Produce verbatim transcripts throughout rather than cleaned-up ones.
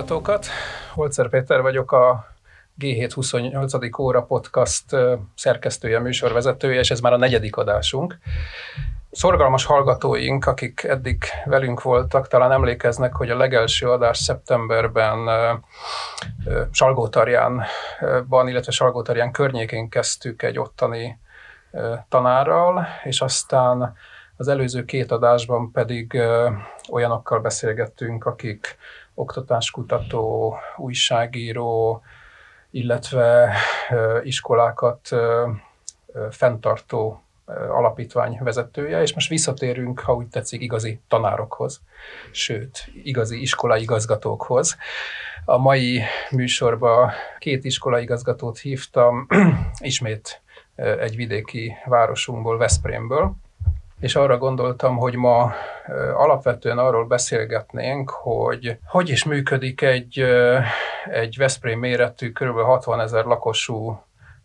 hallgatókat! Holzer Péter vagyok, a gé hét huszonnyolcadik óra podcast szerkesztője, műsorvezetője, és ez már a negyedik adásunk. Szorgalmas hallgatóink, akik eddig velünk voltak, talán emlékeznek, hogy a legelső adás szeptemberben Salgótarjánban, illetve Salgótarján környékén kezdtük egy ottani tanárral, és aztán az előző két adásban pedig olyanokkal beszélgettünk, akik oktatáskutató, újságíró, illetve iskolákat fenntartó alapítvány vezetője, és most visszatérünk, ha úgy tetszik, igazi tanárokhoz, sőt, igazi iskolaigazgatókhoz. A mai műsorban két iskolaigazgatót hívtam, ismét egy vidéki városunkból, Veszprémből, és arra gondoltam, hogy ma alapvetően arról beszélgetnénk, hogy hogy is működik egy, egy Veszprém méretű, kb. hatvanezer lakosú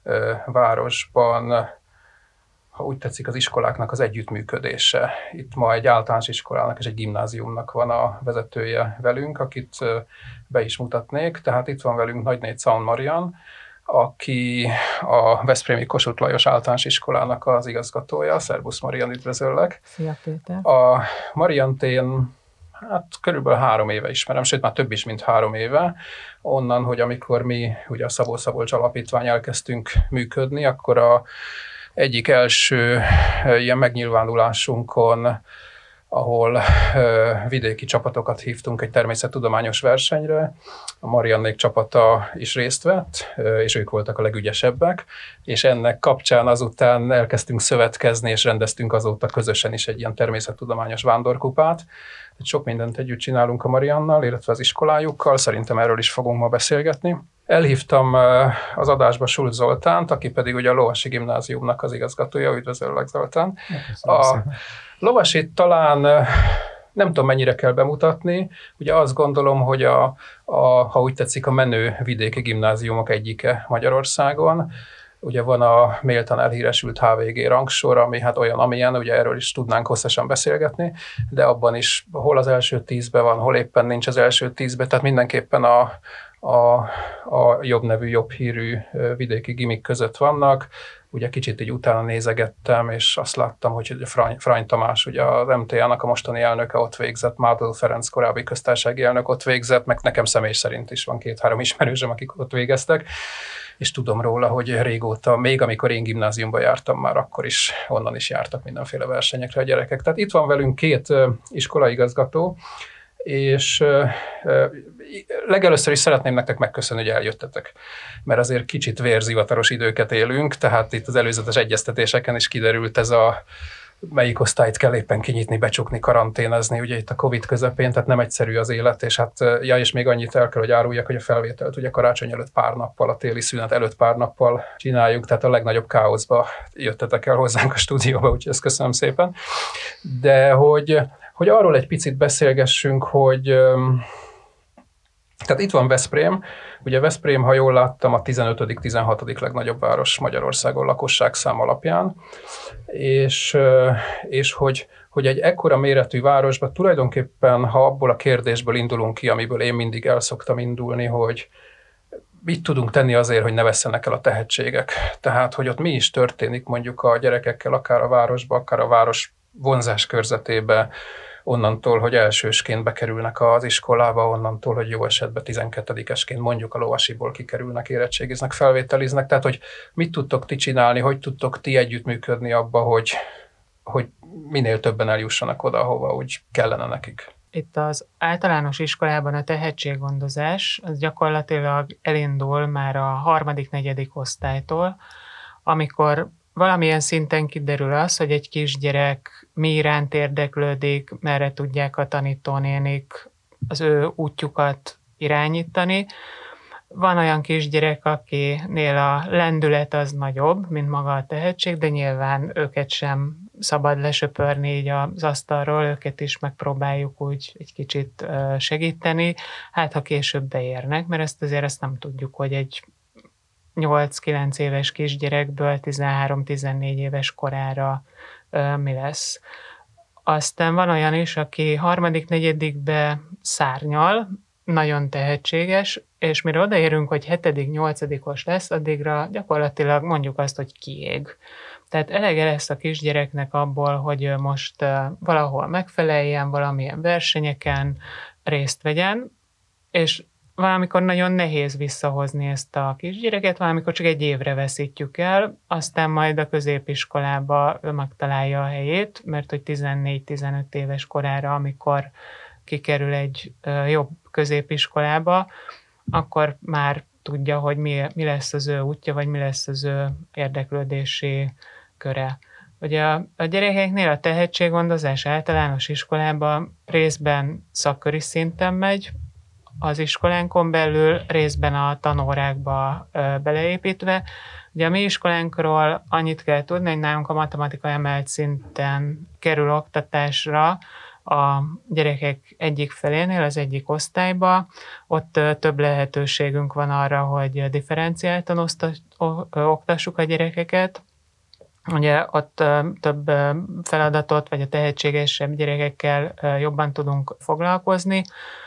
városban, ha úgy tetszik, az iskoláknak az együttműködése. Itt ma egy általános iskolának és egy gimnáziumnak van a vezetője velünk, akit be is mutatnék. Tehát itt van velünk Nagyné Zaun Marian, aki a Veszprémi Kossuth Lajos Általános Iskolának az igazgatója. Szerbusz Marian, üdvözöllek! Szia Péter! A Mariant én hát körülbelül három éve ismerem, sőt már több is, mint három éve. Onnan, hogy amikor mi ugye a Szabolcs Alapítvány elkezdtünk működni, akkor a egyik első ilyen megnyilvánulásunkon, ahol vidéki csapatokat hívtunk egy természettudományos versenyre. A Mariannék csapata is részt vett, és ők voltak a legügyesebbek, és ennek kapcsán azután elkezdtünk szövetkezni, és rendeztünk azóta közösen is egy ilyen természettudományos vándorkupát. Sok mindent együtt csinálunk a Mariannal, illetve az iskolájukkal, szerintem erről is fogunk ma beszélgetni. Elhívtam az adásba Schulz Zoltánt, aki pedig ugye a Lovasi Gimnáziumnak az igazgatója. Üdvözöllek, Zoltán! A Lovasit talán nem tudom, mennyire kell bemutatni. Ugye azt gondolom, hogy a, a, ha úgy tetszik, a menő vidéki gimnáziumok egyike Magyarországon. Ugye van a méltán elhíresült há vé gé rangsor, ami hát olyan, amilyen, ugye erről is tudnánk hosszasan beszélgetni, de abban is hol az első tízben van, hol éppen nincs az első tízben, tehát mindenképpen a, a, a jobb nevű, jobb hírű vidéki gimik között vannak. Ugye kicsit így utána nézegettem, és azt láttam, hogy Frany, Frany Tamás, ugye az em té á-nak a mostani elnöke ott végzett, Mádl Ferenc korábbi köztársasági elnök ott végzett, meg nekem személy szerint is van két-három ismerősöm, akik ott végeztek, és tudom róla, hogy régóta, még amikor én gimnáziumba jártam, már akkor is onnan is jártak mindenféle versenyekre a gyerekek. Tehát itt van velünk két iskolaigazgató, és legelőször is szeretném nektek megköszönni, hogy eljöttetek, mert azért kicsit vérzivataros időket élünk, tehát itt az előzetes egyeztetéseken is kiderült ez a melyik osztályt kell éppen kinyitni, becsukni, karanténezni, ugye itt a Covid közepén, tehát nem egyszerű az élet, és hát, ja, és még annyit el kell, hogy áruljak, hogy a felvételt ugye karácsony előtt pár nappal, a téli szünet előtt pár nappal csináljuk, tehát a legnagyobb káoszba jöttetek el hozzánk a stúdióba, úgyhogy ezt köszönöm szépen. De hogy, hogy arról egy picit beszélgessünk, hogy tehát itt van Veszprém, ugye Veszprém, ha jól láttam, a tizenötödik tizenhatodik legnagyobb város Magyarországon lakosságszám alapján, és, és hogy, hogy egy ekkora méretű városban tulajdonképpen, ha abból a kérdésből indulunk ki, amiből én mindig el szoktam indulni, hogy mit tudunk tenni azért, hogy ne vesszenek el a tehetségek. Tehát, hogy ott mi is történik mondjuk a gyerekekkel, akár a városba, akár a város vonzás körzetébe, onnantól, hogy elsősként bekerülnek az iskolába, onnantól, hogy jó esetben tizenkettedikesként mondjuk a Lovasiból kikerülnek, érettségiznek, felvételiznek. Tehát, hogy mit tudtok ti csinálni, hogy tudtok ti együttműködni abba, hogy, hogy minél többen eljussanak oda, ahova úgy kellene nekik. Itt az általános iskolában a tehetséggondozás az gyakorlatilag elindul már a harmadik, negyedik osztálytól, amikor valamilyen szinten kiderül az, hogy egy kisgyerek mi iránt érdeklődik, merre tudják a tanítónénik az ő útjukat irányítani. Van olyan kisgyerek, akinél a lendület az nagyobb, mint maga a tehetség, de nyilván őket sem szabad lesöpörni így az asztalról, őket is megpróbáljuk úgy egy kicsit segíteni, hát ha később beérnek, mert ezt azért ezt nem tudjuk, hogy egy nyolc-kilenc éves kisgyerekből tizenhárom-tizennégy éves korára ö, mi lesz. Aztán van olyan is, aki harmadik, negyedikbe szárnyal, nagyon tehetséges, és mire odaérünk, hogy hetedik, nyolcadikos lesz, addigra gyakorlatilag mondjuk azt, hogy kiég. Tehát elege lesz a kisgyereknek abból, hogy most valahol megfeleljen, valamilyen versenyeken részt vegyen, és valamikor nagyon nehéz visszahozni ezt a kisgyereket, valamikor csak egy évre veszítjük el, aztán majd a középiskolába ő megtalálja a helyét, mert hogy tizennégy-tizenöt éves korára, amikor kikerül egy jobb középiskolába, akkor már tudja, hogy mi, mi lesz az ő útja, vagy mi lesz az ő érdeklődési köre. Ugye a, a gyerekeknél a tehetséggondozás általános iskolában részben szakköri szinten megy, az iskolánkon belül, részben a tanórákba ö, beleépítve. Ugye a mi iskolánkról annyit kell tudni, hogy nálunk a matematika emelt szinten kerül oktatásra a gyerekek egyik felénél, az egyik osztályba. Ott ö, több lehetőségünk van arra, hogy differenciáltan oszta- o- oktassuk a gyerekeket. Ugye ott ö, több ö, feladatot, vagy a tehetségesebb gyerekekkel ö, jobban tudunk foglalkozni.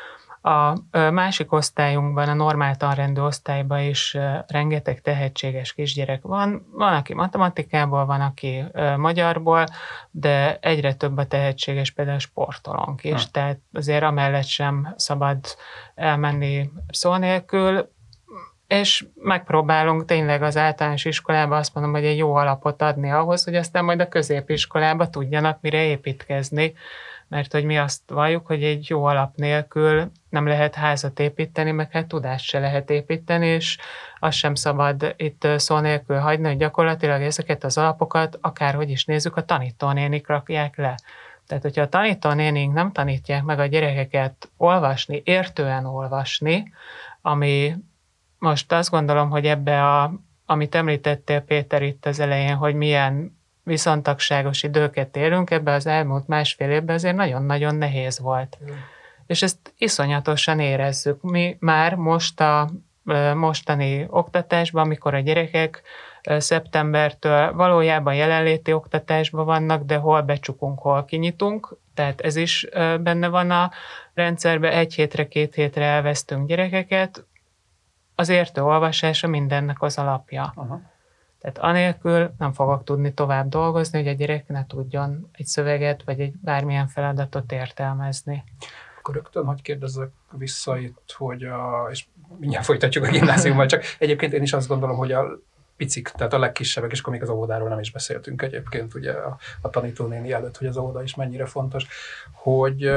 A másik osztályunkban, a normál tanrendű osztályban is rengeteg tehetséges kisgyerek van. Van, aki matematikából, van, aki magyarból, de egyre több a tehetséges például sportolónk is. Ha. Tehát azért amellett sem szabad elmenni szó nélkül, és megpróbálunk tényleg az általános iskolában azt mondom, hogy egy jó alapot adni ahhoz, hogy aztán majd a középiskolába tudjanak mire építkezni, mert hogy mi azt valljuk, hogy egy jó alap nélkül nem lehet házat építeni, meg hát tudást se lehet építeni, és azt sem szabad itt szó nélkül hagyni, hogy gyakorlatilag ezeket az alapokat, akárhogy is nézzük, a tanítónénik rakják le. Tehát, hogyha a tanítónénik nem tanítják meg a gyerekeket olvasni, értően olvasni, ami most azt gondolom, hogy ebbe a, amit említettél Péter itt az elején, hogy milyen viszontagságos időket élünk, ebbe az elmúlt másfél évben azért nagyon-nagyon nehéz volt. Mm. És ezt iszonyatosan érezzük. Mi már most a mostani oktatásban, amikor a gyerekek szeptembertől valójában jelenléti oktatásban vannak, de hol becsukunk, hol kinyitunk, tehát ez is benne van a rendszerben, egy hétre, két hétre elvesztünk gyerekeket, az értő olvasása mindennek az alapja. Aha. Tehát anélkül nem fogok tudni tovább dolgozni, hogy a gyerek ne tudjon egy szöveget, vagy egy bármilyen feladatot értelmezni. Akkor rögtön, hogy kérdezzek vissza itt, hogy a, és mindjárt folytatjuk a gimnáziummal, csak egyébként én is azt gondolom, hogy a picik, tehát a legkisebbek, és akkor még az óvodáról nem is beszéltünk egyébként, ugye a, a tanítónéni előtt, hogy az óvoda is mennyire fontos, hogy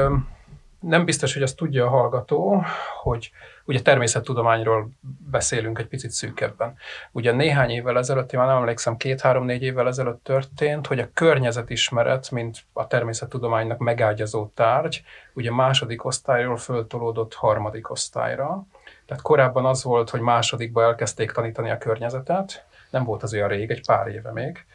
nem biztos, hogy azt tudja a hallgató, hogy ugye természettudományról beszélünk egy picit szűkebben. Ugye néhány évvel ezelőtt, én már nem emlékszem, két-három-négy évvel ezelőtt történt, hogy a környezetismeret, mint a természettudománynak megágyazó tárgy, ugye második osztályról föltolódott harmadik osztályra. Tehát korábban az volt, hogy másodikba elkezdték tanítani a környezetet, nem volt az olyan rég, egy pár éve még,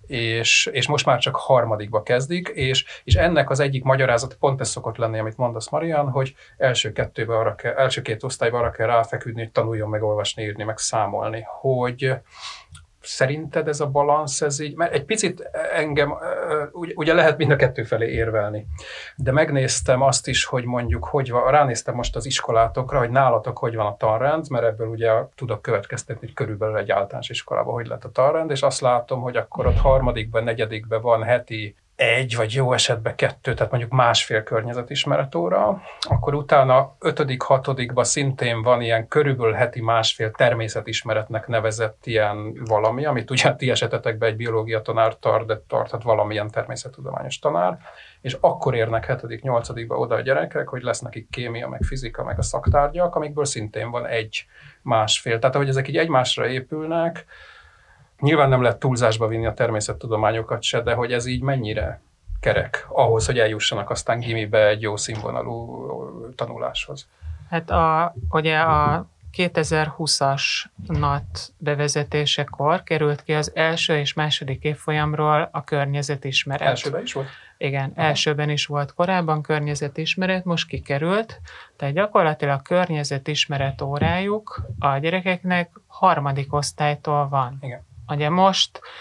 és, és most már csak harmadikba kezdik, és, és ennek az egyik magyarázat pont ez szokott lenni, amit mondasz, Marian, hogy első, kettőbe arra kell, első két osztályban arra kell ráfeküdni, hogy tanuljon meg olvasni, írni, meg számolni, hogy szerinted ez a balansz, ez így, mert egy picit engem, ugye, ugye lehet mind a kettő felé érvelni, de megnéztem azt is, hogy mondjuk, hogy van, ránéztem most az iskolátokra, hogy nálatok hogy van a tanrend, mert ebből ugye tudok következtetni, hogy körülbelül egy általános iskolában hogy lett a tanrend, és azt látom, hogy akkor ott harmadikban, negyedikben van heti egy, vagy jó esetben kettő, tehát mondjuk másfél környezetismeret óra, akkor utána ötödik, hatodikban szintén van ilyen körülbelül heti másfél természetismeretnek nevezett ilyen valami, amit ugye a ti esetetekben egy biológia tanár tart, de tarthat valamilyen természettudományos tanár, és akkor érnek hetedik, nyolcadikba oda a gyerekek, hogy lesz nekik kémia, meg fizika, meg a szaktárgyak, amikből szintén van egy másfél. Tehát ahogy ezek így egymásra épülnek, nyilván nem lehet túlzásba vinni a természettudományokat se, de hogy ez így mennyire kerek ahhoz, hogy eljussanak aztán gimibe egy jó színvonalú tanuláshoz. Hát a, ugye a kétezer-húszas NAT bevezetésekor került ki az első és második évfolyamról a környezetismeret. Elsőben is volt? Igen, aha. Elsőben is volt korábban környezetismeret, most kikerült, tehát gyakorlatilag környezetismeret órájuk a gyerekeknek harmadik osztálytól van. Igen. Ugye most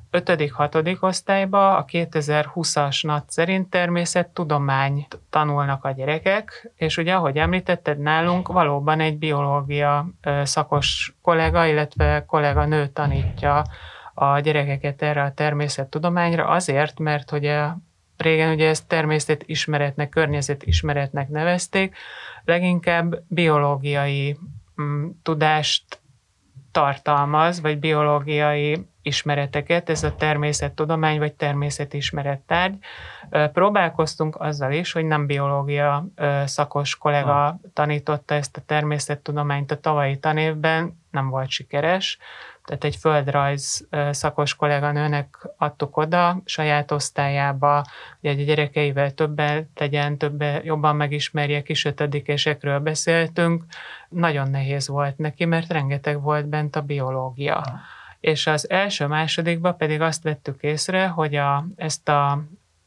ötödik-hatodik osztályba a kétezer-húszas NAT szerint természettudományt tanulnak a gyerekek, és ugye, ahogy említetted, nálunk valóban egy biológia szakos kollega, illetve kolléganő tanítja a gyerekeket erre a természettudományra, azért, mert hogy a régen ugye ezt természetismeretnek, környezetismeretnek nevezték, leginkább biológiai mm, tudást tartalmaz, vagy biológiai ismereteket, ez a természettudomány, vagy természetismeret tárgy. Próbálkoztunk azzal is, hogy nem biológia szakos kollega tanította ezt a természettudományt a tavalyi tanévben, nem volt sikeres, tehát egy földrajz szakos kolléganőnek adtuk oda saját osztályába, hogy a gyerekeivel többet tegyen, többet jobban megismerje, kis ötödikesekről beszéltünk. Nagyon nehéz volt neki, mert rengeteg volt bent a biológia. Ah. És az első-másodikban pedig azt vettük észre, hogy a, ezt a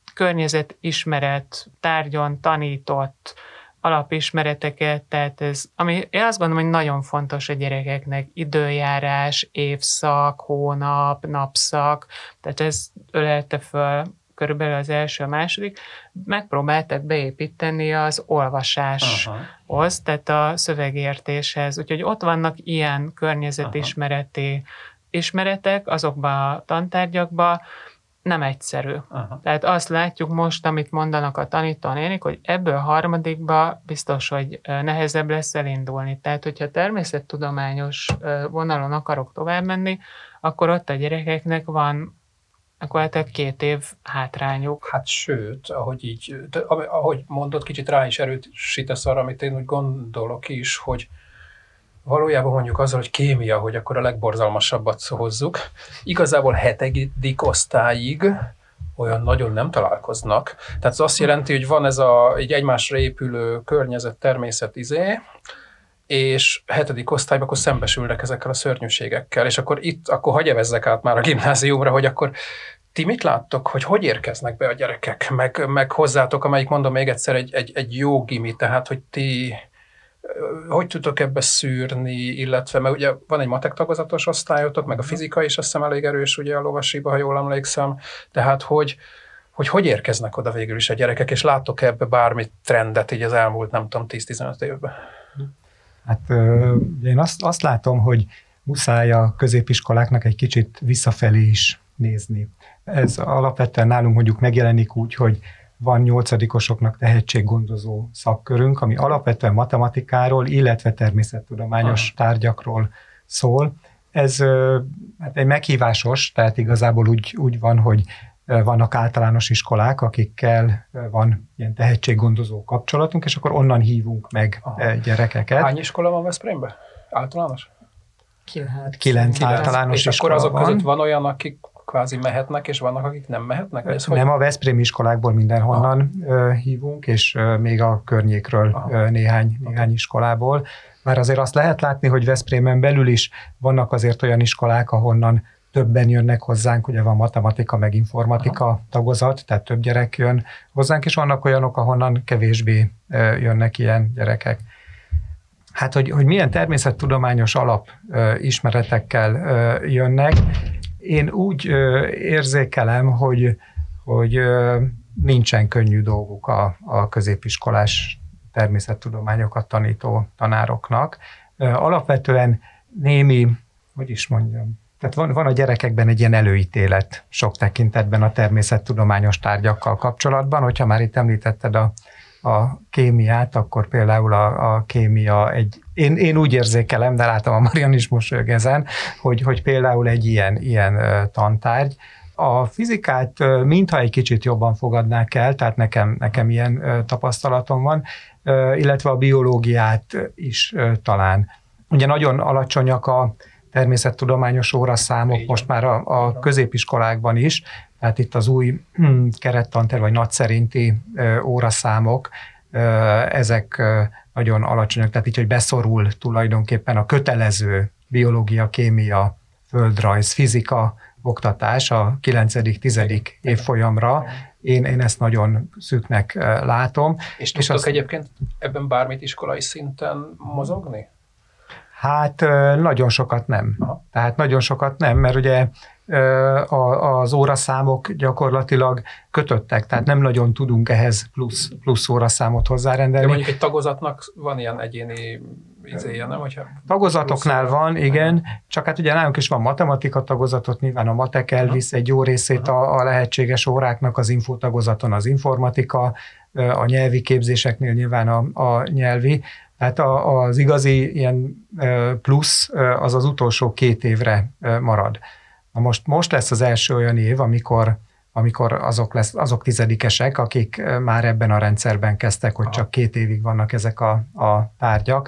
környezetismeret tárgyon tanított alapismereteket, tehát ez, ami én azt gondolom, hogy nagyon fontos a gyerekeknek, időjárás, évszak, hónap, napszak, tehát ez ölelte föl körülbelül az első, második, megpróbáltak beépíteni az olvasáshoz, Aha. tehát a szövegértéshez, úgyhogy ott vannak ilyen környezetismereti Aha. ismeretek azokban a tantárgyakban, nem egyszerű. Aha. Tehát azt látjuk most, amit mondanak a tanítónénik, hogy ebből harmadikba biztos, hogy nehezebb lesz elindulni. Tehát, hogyha természettudományos vonalon akarok tovább menni, akkor ott a gyerekeknek van akkor hát két év hátrányuk. Hát sőt, ahogy így, ahogy mondod, kicsit rá is erősítesz arra, amit én úgy gondolok is, hogy valójában mondjuk azzal, hogy kémia, hogy akkor a legborzalmasabbat hozzuk. Igazából hetedik osztályig olyan nagyon nem találkoznak. Tehát ez azt jelenti, hogy van ez a így egymásra épülő környezet, természet izé, és hetedik osztályban akkor szembesülnek ezekkel a szörnyűségekkel, és akkor itt, akkor hagyj evezzek át már a gimnáziumra, hogy akkor ti mit láttok, hogy hogy érkeznek be a gyerekek, meg, meg hozzátok, amelyik mondom még egyszer egy, egy, egy jó gimi, tehát hogy ti hogy tudtok ebbe szűrni, illetve, mert ugye van egy matek tagozatos osztályotok, meg a fizika is azt hiszem elég erős, ugye a lovasiba, ha jól emlékszem, tehát hogy hogy, hogy érkeznek oda végül is a gyerekek, és láttok ebbe bármi trendet így az elmúlt, nem tudom, tíz-tizenöt évben? Hát én azt, azt látom, hogy muszáj a középiskoláknak egy kicsit visszafelé is nézni. Ez alapvetően nálunk mondjuk megjelenik úgy, hogy van nyolcadikosoknak tehetséggondozó szakkörünk, ami alapvetően matematikáról, illetve természettudományos Aha. tárgyakról szól. Ez hát egy meghívásos, tehát igazából úgy, úgy van, hogy vannak általános iskolák, akikkel van ilyen tehetséggondozó kapcsolatunk, és akkor onnan hívunk meg Aha. gyerekeket. Hány iskola van Veszprémben? Általános? Kilenc, Kilenc általános és iskola akkor azok van. között van olyan, akik kvázi mehetnek, és vannak, akik nem mehetnek? Ez nem, hogy... a veszprémi iskolákból mindenhonnan Aha. hívunk, és még a környékről Aha. néhány, néhány iskolából. Már azért azt lehet látni, hogy Veszprémen belül is vannak azért olyan iskolák, ahonnan többen jönnek hozzánk, ugye van matematika, meg informatika Aha. tagozat, tehát több gyerek jön hozzánk, és vannak olyanok, ahonnan kevésbé jönnek ilyen gyerekek. Hát, hogy, hogy milyen természettudományos alapismeretekkel jönnek, én úgy érzékelem, hogy, hogy nincsen könnyű dolguk a, a középiskolás természettudományokat tanító tanároknak. Alapvetően némi, hogy is mondjam, tehát van, van a gyerekekben egy ilyen előítélet sok tekintetben a természettudományos tárgyakkal kapcsolatban. Hogyha már itt említetted a, a kémiát, akkor például a, a kémia egy, én, én úgy érzékelem, de látom a Marian is mosolyog ezen, hogy, hogy például egy ilyen, ilyen tantárgy. A fizikát mintha egy kicsit jobban fogadnák el, tehát nekem, nekem ilyen tapasztalatom van, illetve a biológiát is talán. Ugye nagyon alacsonyak a természettudományos óraszámok most már a, a középiskolákban is, tehát itt az új kerettanterv vagy NAT szerinti óraszámok, ezek nagyon alacsonyak, tehát így, hogy beszorul tulajdonképpen a kötelező biológia, kémia, földrajz, fizika oktatás a kilencedik-tizedik évfolyamra. Én, én ezt nagyon szűknek látom. És tudtok azt, egyébként ebben bármit iskolai szinten mozogni? Hát nagyon sokat nem. Aha. Tehát nagyon sokat nem, mert ugye az óraszámok gyakorlatilag kötöttek, tehát nem nagyon tudunk ehhez plusz, plusz óraszámot hozzárendelni. De mondjuk egy tagozatnak van ilyen egyéni izéje, nem? Hogyha Tagozatoknál van, igen, csak hát ugye nálunk is van matematika tagozatot, nyilván a matek elvisz egy jó részét a, a lehetséges óráknak, az infotagozaton az informatika, a nyelvi képzéseknél nyilván a, a nyelvi, tehát a, az igazi ilyen plusz az az utolsó két évre marad. Na most, most lesz az első olyan év, amikor, amikor azok, lesz, azok tizedikesek, akik már ebben a rendszerben kezdtek, hogy csak két évig vannak ezek a, a tárgyak.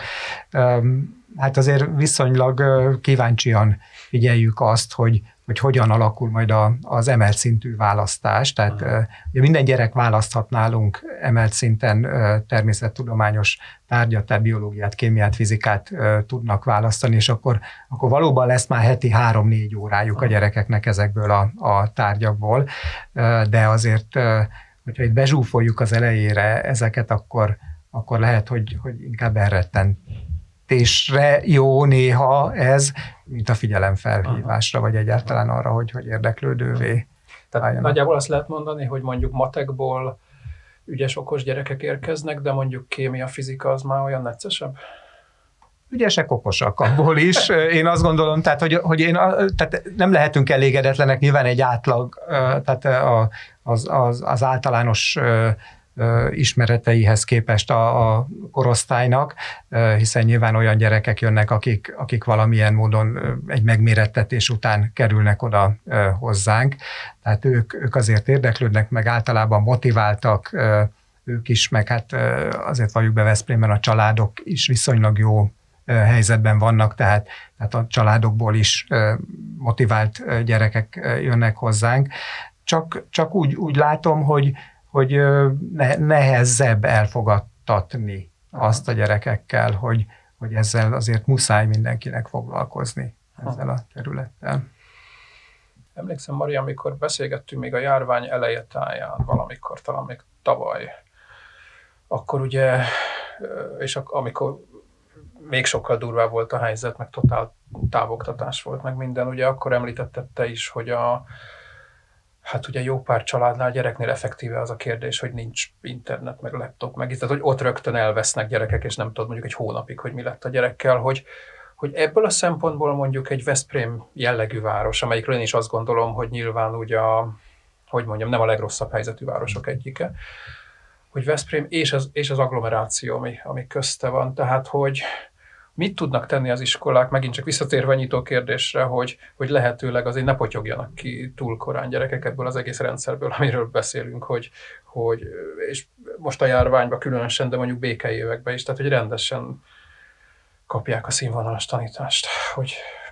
Hát azért viszonylag kíváncsian figyeljük azt, hogy hogy hogyan alakul majd a, az emelt szintű választás. Tehát uh, ugye minden gyerek választhat nálunk emelt szinten uh, természettudományos tárgyat, tehát biológiát, kémiát, fizikát uh, tudnak választani, és akkor, akkor valóban lesz már heti három-négy órájuk a gyerekeknek ezekből a, a tárgyakból, uh, de azért, uh, hogyha itt bezsúfoljuk az elejére ezeket, akkor, akkor lehet, hogy, hogy inkább elretten tésre jó néha ez, mint a figyelemfelhívásra, vagy egyáltalán arra, hogy, hogy érdeklődővé Tehát álljanak. Nagyjából azt lehet mondani, hogy mondjuk matekból ügyes, okos gyerekek érkeznek, de mondjuk kémia, fizika az már olyan neccesebb? Ügyesek, okosak abból is. Én azt gondolom, tehát, hogy, hogy én, tehát nem lehetünk elégedetlenek, nyilván egy átlag, tehát az, az, az általános ismereteihez képest a, a korosztálynak, hiszen nyilván olyan gyerekek jönnek, akik, akik valamilyen módon egy megmérettetés után kerülnek oda hozzánk. Tehát ők, ők azért érdeklődnek, meg általában motiváltak, ők is, meg hát azért valljuk be Veszprémben a családok is viszonylag jó helyzetben vannak, tehát, tehát a családokból is motivált gyerekek jönnek hozzánk. Csak, csak úgy, úgy látom, hogy hogy nehezebb elfogadtatni azt a gyerekekkel, hogy, hogy ezzel azért muszáj mindenkinek foglalkozni, ezzel a területtel. Emlékszem, Maria, amikor beszélgettünk még a járvány eleje táján, valamikor, talán még tavaly, akkor ugye, és amikor még sokkal durvább volt a helyzet, meg totál távoktatás volt, meg minden, ugye akkor említetted te is, hogy a hát ugye jó pár családnál, gyereknél effektíve az a kérdés, hogy nincs internet, meg laptop, meg tehát, hogy ott rögtön elvesznek gyerekek, és nem tudod mondjuk egy hónapig, hogy mi lett a gyerekkel, hogy, hogy ebből a szempontból mondjuk egy Veszprém jellegű város, amelyikről én is azt gondolom, hogy nyilván ugye a, hogy mondjam, nem a legrosszabb helyzetű városok egyike, hogy Veszprém és az, és az agglomeráció, ami, ami közte van, tehát hogy mit tudnak tenni az iskolák, megint csak visszatérve nyitó kérdésre, hogy, hogy lehetőleg azért ne potyogjanak ki túl korán gyerekek ebből az egész rendszerből, amiről beszélünk, hogy, hogy és most a járványban különösen, de mondjuk békei években is, tehát hogy rendesen kapják a színvonalas tanítást. Hogy...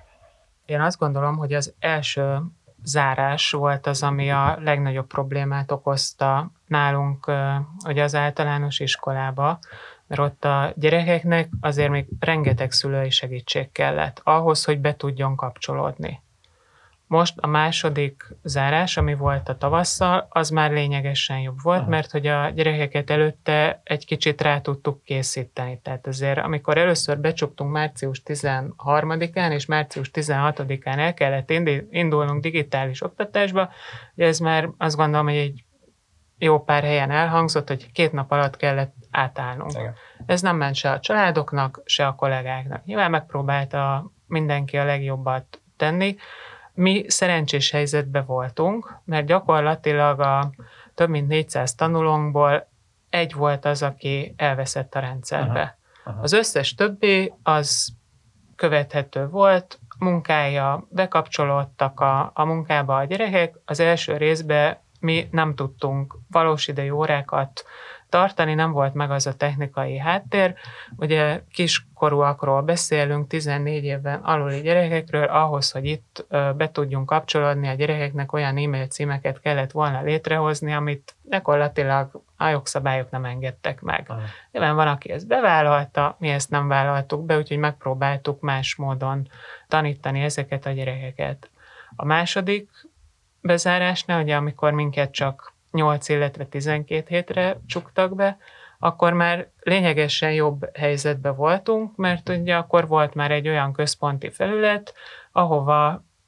Én azt gondolom, hogy az első zárás volt az, ami a legnagyobb problémát okozta nálunk ugye az általános iskolába, mert ott a gyerekeknek azért még rengeteg szülői segítség kellett ahhoz, hogy be tudjon kapcsolódni. Most a második zárás, ami volt a tavasszal, az már lényegesen jobb volt, Aha. mert hogy a gyerekeket előtte egy kicsit rá tudtuk készíteni. Tehát azért, amikor először becsuktunk március tizenharmadikán, és március tizenhatodikán el kellett indulnunk digitális oktatásba, ugye ez már azt gondolom, hogy egy jó pár helyen elhangzott, hogy két nap alatt kellett átállnunk. Igen. Ez nem ment se a családoknak, se a kollégáknak. Nyilván megpróbálta mindenki a legjobbat tenni. Mi szerencsés helyzetben voltunk, mert gyakorlatilag a több mint négyszáz tanulónkból egy volt az, aki elveszett a rendszerbe. Aha. Aha. Az összes többi az követhető volt, munkája, bekapcsolódtak a, a munkába a gyerekek. Az első részben mi nem tudtunk valós idejű órákat tartani, nem volt meg az a technikai háttér. Ugye kiskorúakról beszélünk, tizennégy éven aluli gyerekekről, ahhoz, hogy itt be tudjunk kapcsolódni, a gyerekeknek olyan e-mail címeket kellett volna létrehozni, amit gyakorlatilag a jogszabályok nem engedtek meg. Ah. Nyilván van, aki ezt bevállalta, mi ezt nem vállaltuk be, úgyhogy megpróbáltuk más módon tanítani ezeket a gyerekeket. A második bezárásnál, ugye amikor minket csak nyolc, illetve tizenkét hétre csuktak be, akkor már lényegesen jobb helyzetben voltunk, mert ugye akkor volt már egy olyan központi felület, ahova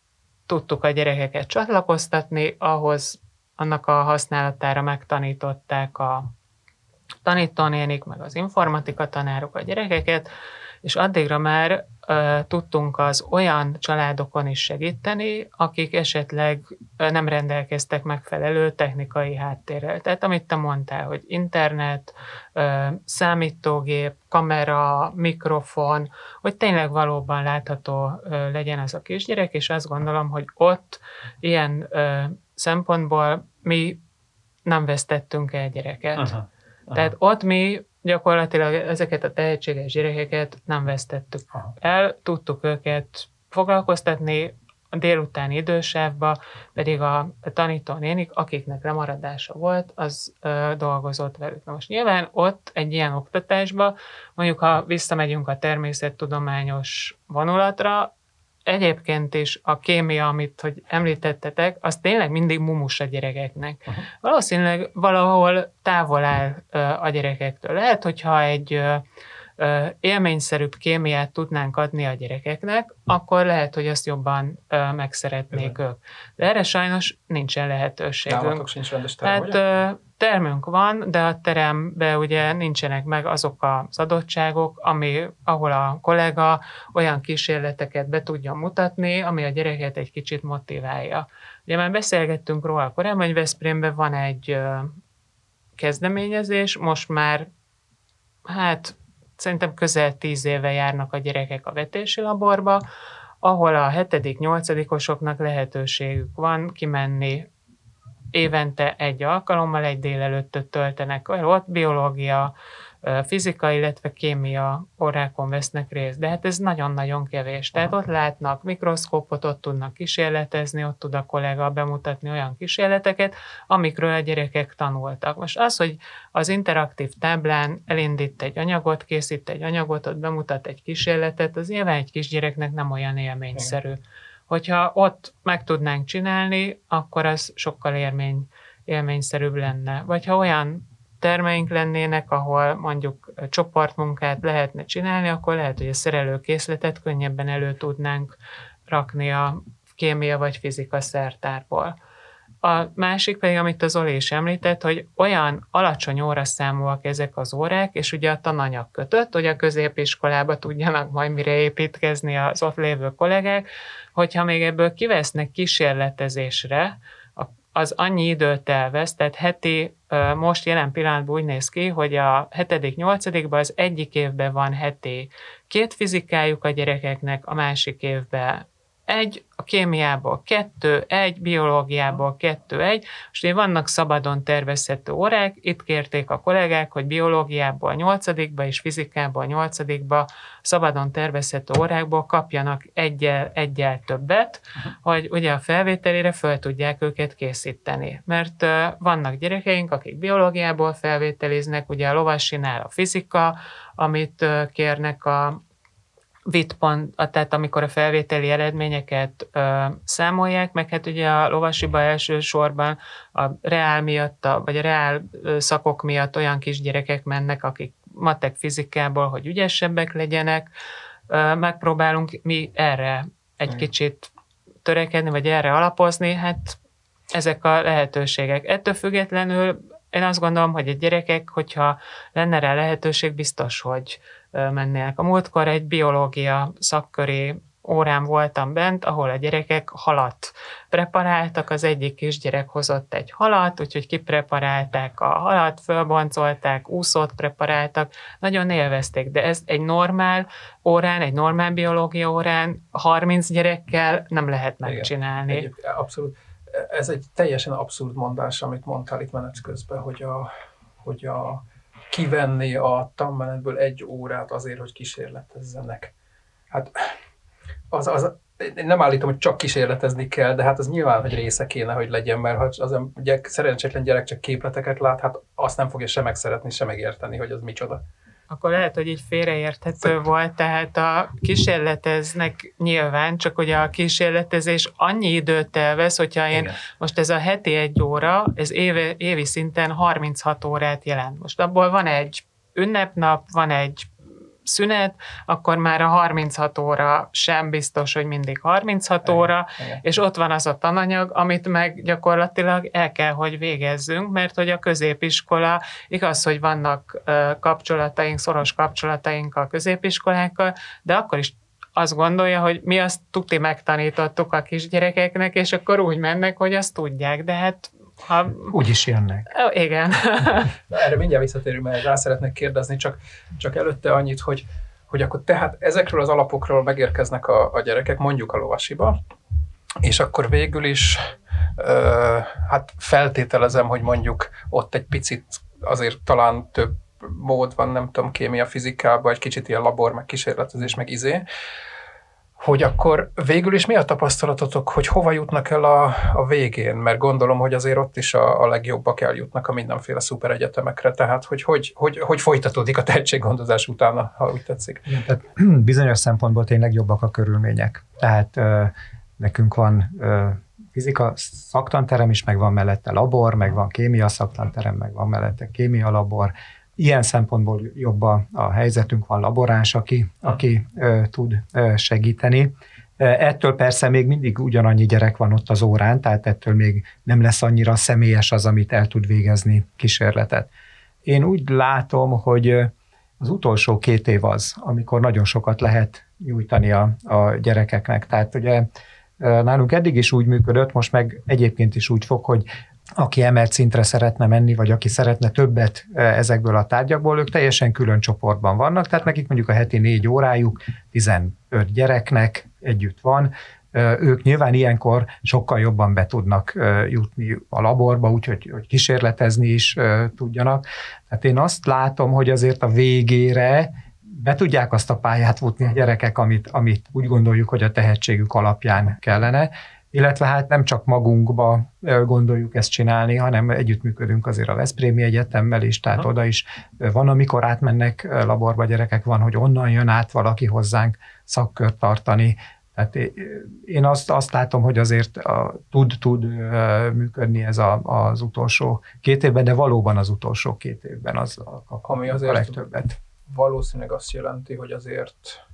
tudtuk a gyerekeket csatlakoztatni, ahhoz annak a használatára megtanították a tanítónénik, meg az informatika tanárok a gyerekeket, és addigra már uh, tudtunk az olyan családokon is segíteni, akik esetleg uh, nem rendelkeztek megfelelő technikai háttérrel. Tehát amit te mondtál, hogy internet, uh, számítógép, kamera, mikrofon, hogy tényleg valóban látható uh, legyen az a kisgyerek, és azt gondolom, hogy ott ilyen uh, szempontból mi nem vesztettünk el gyereket. Aha, aha. Tehát ott mi gyakorlatilag ezeket a tehetséges gyerekeket nem vesztettük aha. el, tudtuk őket foglalkoztatni, a délutáni idősávban pedig a tanítónénik, akiknek lemaradása volt, az ö, dolgozott velük. Na most nyilván ott egy ilyen oktatásban, mondjuk ha visszamegyünk a természettudományos vonulatra, egyébként is a kémia, amit hogy említettetek, az tényleg mindig mumus a gyerekeknek. Uh-huh. Valószínűleg valahol távol áll uh, a gyerekektől. Lehet, hogyha egy uh, uh, élményszerűbb kémiát tudnánk adni a gyerekeknek, akkor lehet, hogy azt jobban uh, megszeretnék uh-huh. ők. De erre sajnos nincsen lehetőségünk. Nálatok sincs rendes terem, hát, uh, termünk van, de a teremben ugye nincsenek meg azok az adottságok, ami, ahol a kollega olyan kísérleteket be tudja mutatni, ami a gyereket egy kicsit motiválja. Ugye már beszélgettünk róla korábban, hogy Veszprémben van egy uh, kezdeményezés, most már hát szerintem közel tíz éve járnak a gyerekek a vetési laborba, ahol a hetedik-nyolcadikosoknak lehetőségük van kimenni évente egy alkalommal, egy délelőttöt töltenek, ott biológia, fizika, illetve kémia órákon vesznek részt, de hát ez nagyon-nagyon kevés. Tehát ott látnak mikroszkópot, ott tudnak kísérletezni, ott tud a kollega bemutatni olyan kísérleteket, amikről a gyerekek tanultak. Most az, hogy az interaktív táblán elindít egy anyagot, készít egy anyagot, ott bemutat egy kísérletet, az nyilván egy kisgyereknek nem olyan élményszerű. Hogyha ott meg tudnánk csinálni, akkor az sokkal élmény, élményszerűbb lenne. Vagy ha olyan termeink lennének, ahol mondjuk csoportmunkát lehetne csinálni, akkor lehet, hogy a szerelőkészletet könnyebben elő tudnánk rakni a kémia vagy fizika szertárból. A másik pedig, amit az Zoli is említett, hogy olyan alacsony óraszámúak ezek az órák, és ugye a tananyag kötött, hogy a középiskolába tudjanak majd mire építkezni az ott lévő kollégák, hogyha még ebből kivesznek kísérletezésre, az annyi időt elvesz, tehát heti, most jelen pillanatban úgy néz ki, hogy a hetedik-nyolcadikban az egyik évben van heti két fizikájuk a gyerekeknek, a másik évben egy, a kémiából kettő, egy, biológiából kettő, egy. Most vannak szabadon tervezhető órák, itt kérték a kollégák, hogy biológiából nyolcadikba és fizikából nyolcadikba szabadon tervezhető órákból kapjanak egyel, egyel többet, uh-huh. hogy ugye a felvételére fel tudják őket készíteni. Mert uh, vannak gyerekeink, akik biológiából felvételiznek, ugye a lovasinál a fizika, amit uh, kérnek a vitpont, tehát amikor a felvételi eredményeket ö, számolják, meg hát ugye a lovasiba elsősorban a reál miatt, a, vagy a reál szakok miatt olyan kisgyerekek mennek, akik matek fizikából, hogy ügyesebbek legyenek. Ö, megpróbálunk mi erre egy mm. kicsit törekedni, vagy erre alapozni, hát ezek a lehetőségek. Ettől függetlenül én azt gondolom, hogy a gyerekek, hogyha lenne rá lehetőség, biztos, hogy mennének. A múltkor egy biológia szakköri órán voltam bent, ahol a gyerekek halat preparáltak, az egyik kisgyerek hozott egy halat, úgyhogy kipreparálták a halat, fölboncolták, úszót preparáltak, nagyon élvezték, de ez egy normál órán, egy normál biológia órán harminc gyerekkel nem lehet megcsinálni. Igen, abszolút. Ez egy teljesen abszurd mondás, amit mondtál itt menet közben, hogy a, hogy a kivenni a tanmenetből egy órát azért, hogy kísérletezzenek. Hát az, az, én nem állítom, hogy csak kísérletezni kell, de hát az nyilván, hogy része kéne, hogy legyen, mert ha az a gyerek, szerencsétlen gyerek csak képleteket lát, hát azt nem fogja se megszeretni, se megérteni, hogy az micsoda. Akkor lehet, hogy így félreérthető volt, tehát a kísérleteznek nyilván, csak hogy a kísérletezés annyi időt elvesz, hogyha én Igen. most ez a heti egy óra, ez éve, évi szinten harminchat órát jelent. Most abból van egy ünnepnap, van egy szünet, akkor már a harminchat óra sem biztos, hogy mindig harminchat Igen, óra, igen. és ott van az a tananyag, amit meg gyakorlatilag el kell, hogy végezzünk, mert hogy a középiskola, igaz, hogy vannak kapcsolataink, szoros kapcsolataink a középiskolákkal, de akkor is azt gondolja, hogy mi azt tuti megtanítottuk a kisgyerekeknek, és akkor úgy mennek, hogy azt tudják, de hát ha... Úgy is jönnek. Igen. Na, erre mindjárt visszatérünk, mert rá szeretnék kérdezni, csak, csak előtte annyit, hogy, hogy akkor tehát ezekről az alapokról megérkeznek a, a gyerekek, mondjuk a lovasiba, és akkor végül is ö, hát feltételezem, hogy mondjuk ott egy picit azért talán több mód van, nem tudom, kémia, fizikában, egy kicsit ilyen labor, meg kísérletezés, meg izé, hogy akkor végül is mi a tapasztalatotok, hogy hova jutnak el a, a végén? Mert gondolom, hogy azért ott is a, a legjobbak eljutnak a mindenféle szuper egyetemekre, tehát hogy hogy, hogy, hogy folytatódik a tehetséggondozás utána, ha úgy tetszik. Igen, tehát bizonyos szempontból tényleg jobbak a körülmények. Tehát ö, nekünk van ö, fizika szaktanterem is, meg van mellette labor, meg van kémia szaktanterem, meg van mellette kémia labor. Ilyen szempontból jobb a, a helyzetünk, van laboráns, aki, aki ö, tud ö, segíteni. Ettől persze még mindig ugyanannyi gyerek van ott az órán, tehát ettől még nem lesz annyira személyes az, amit el tud végezni kísérletet. Én úgy látom, hogy az utolsó két év az, amikor nagyon sokat lehet nyújtani a, a gyerekeknek. Tehát ugye nálunk eddig is úgy működött, most meg egyébként is úgy fog, hogy aki emelt szintre szeretne menni, vagy aki szeretne többet ezekből a tárgyakból, ők teljesen külön csoportban vannak, tehát nekik mondjuk a heti négy órájuk tizenöt gyereknek együtt van, ők nyilván ilyenkor sokkal jobban be tudnak jutni a laborba, úgyhogy hogy kísérletezni is tudjanak. Tehát én azt látom, hogy azért a végére be tudják azt a pályát futni a gyerekek, amit, amit úgy gondoljuk, hogy a tehetségük alapján kellene, illetve hát nem csak magunkba gondoljuk ezt csinálni, hanem együttműködünk azért a Veszprémi Egyetemmel is, tehát Aha. oda is van, amikor átmennek laborba gyerekek, van, hogy onnan jön át valaki hozzánk szakkört tartani. Tehát én azt, azt látom, hogy azért a, tud, tud működni ez a, az utolsó két évben, de valóban az utolsó két évben az a, a, Ami azért a legtöbbet. Valószínűleg azt jelenti, hogy azért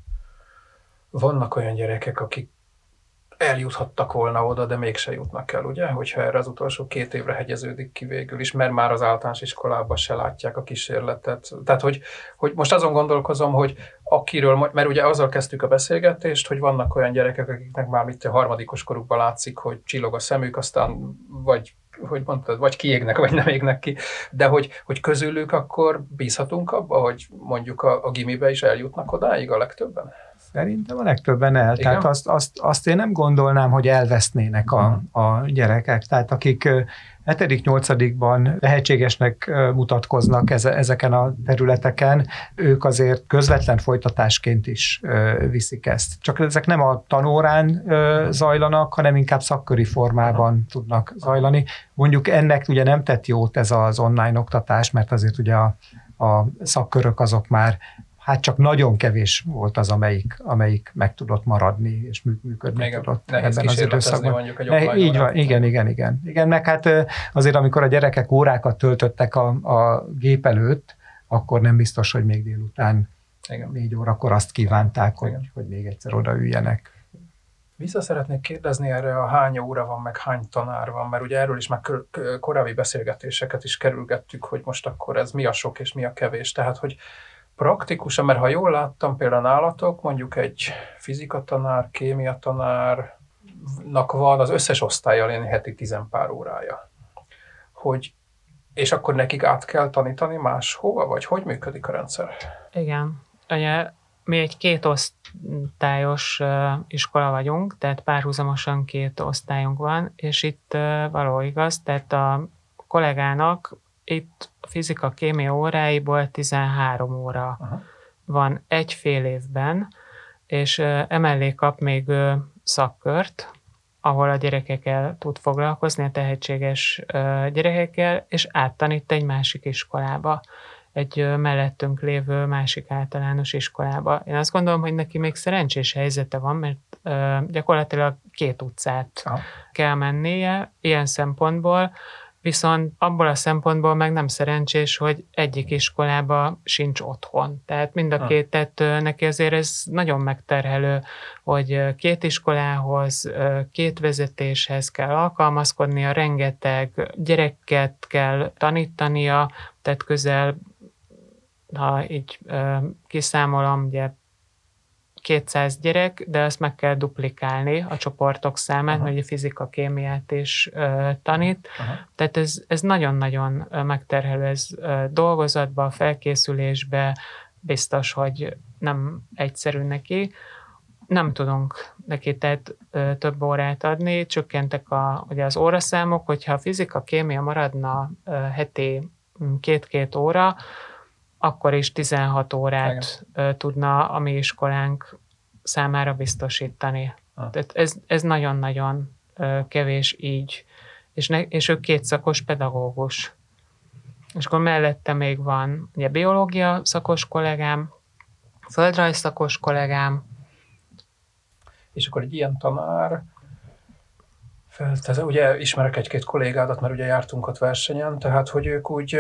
vannak olyan gyerekek, akik eljuthattak volna oda, de mégse jutnak el, ugye? Hogyha erre az utolsó két évre hegyeződik ki végül is, mert már az általános iskolában se látják a kísérletet. Tehát, hogy, hogy most azon gondolkozom, hogy akiről, mert ugye azzal kezdtük a beszélgetést, hogy vannak olyan gyerekek, akiknek már itt a harmadikos korukban látszik, hogy csillog a szemük, aztán vagy hogy mondtad, vagy kiégnek, vagy nem égnek ki, de hogy, hogy közülük akkor bízhatunk abba, hogy mondjuk a, a gimibe is eljutnak odáig a legtöbben? Szerintem a legtöbben el. Igen? Tehát azt, azt, azt én nem gondolnám, hogy elvesznének a, a gyerekek. Tehát akik hetedik-nyolcadikban lehetségesnek mutatkoznak ezeken a területeken, ők azért közvetlen folytatásként is viszik ezt. Csak ezek nem a tanórán zajlanak, hanem inkább szakköri formában tudnak zajlani. Mondjuk ennek ugye nem tett jót ez az online oktatás, mert azért ugye a, a szakkörök azok már hát csak nagyon kevés volt az, amelyik, amelyik meg tudott maradni, és működni még tudott ebben az időszakban. Mondjuk egy ne, így van, igen, igen, igen. Igen, meg hát azért, amikor a gyerekek órákat töltöttek a, a gép előtt, akkor nem biztos, hogy még délután igen. négy órakor azt kívánták, hogy, hogy még egyszer odaüljenek. Vissza szeretnék kérdezni erre a hány óra van, meg hány tanár van, mert ugye erről is már korábbi beszélgetéseket is kerülgettük, hogy most akkor ez mi a sok és mi a kevés. Tehát, hogy praktikusan, mert ha jól láttam például nálatok, mondjuk egy fizikatanár, kémiatanárnak van az összes osztállyal heti tizenpár órája. Hogy, és akkor nekik át kell tanítani máshova, vagy hogy működik a rendszer? Igen. Ugye mi egy két osztályos iskola vagyunk, tehát párhuzamosan két osztályunk van, és itt való igaz, tehát a kollégának itt a fizika-kémia óráiból tizenhárom óra Aha. van egy fél évben, és emellé kap még szakkört, ahol a gyerekekkel tud foglalkozni, a tehetséges gyerekekkel, és áttanít egy másik iskolába, egy mellettünk lévő másik általános iskolába. Én azt gondolom, hogy neki még szerencsés helyzete van, mert gyakorlatilag két utcát Aha. kell mennie ilyen szempontból, viszont abból a szempontból meg nem szerencsés, hogy egyik iskolába sincs otthon. Tehát mind a két, tehát neki azért ez nagyon megterhelő, hogy két iskolához, két vezetéshez kell alkalmazkodnia, rengeteg gyereket kell tanítania, tehát közel, ha így kiszámolom, ugye kétszáz gyerek, de azt meg kell duplikálni a csoportok számát, mert ugye fizika, kémiát is uh, tanít. Aha. Tehát ez, ez nagyon-nagyon megterhelő, ez uh, dolgozatba, felkészülésbe biztos, hogy nem egyszerű neki. Nem tudunk neki tehát uh, több órát adni, csökkentek a, ugye az óraszámok, hogyha a fizika, kémia maradna uh, heti két-két óra, akkor is tizenhat órát Igen. tudna a mi iskolánk számára biztosítani. Ah. Tehát ez, ez nagyon-nagyon kevés így. És, ne, és ő két szakos pedagógus. És akkor mellette még van ugye biológia szakos kollégám, földrajz szakos kollégám. És akkor egy ilyen tanár, tehát ugye ismerek egy-két kollégádat, mert ugye jártunk ott versenyen, tehát hogy ők úgy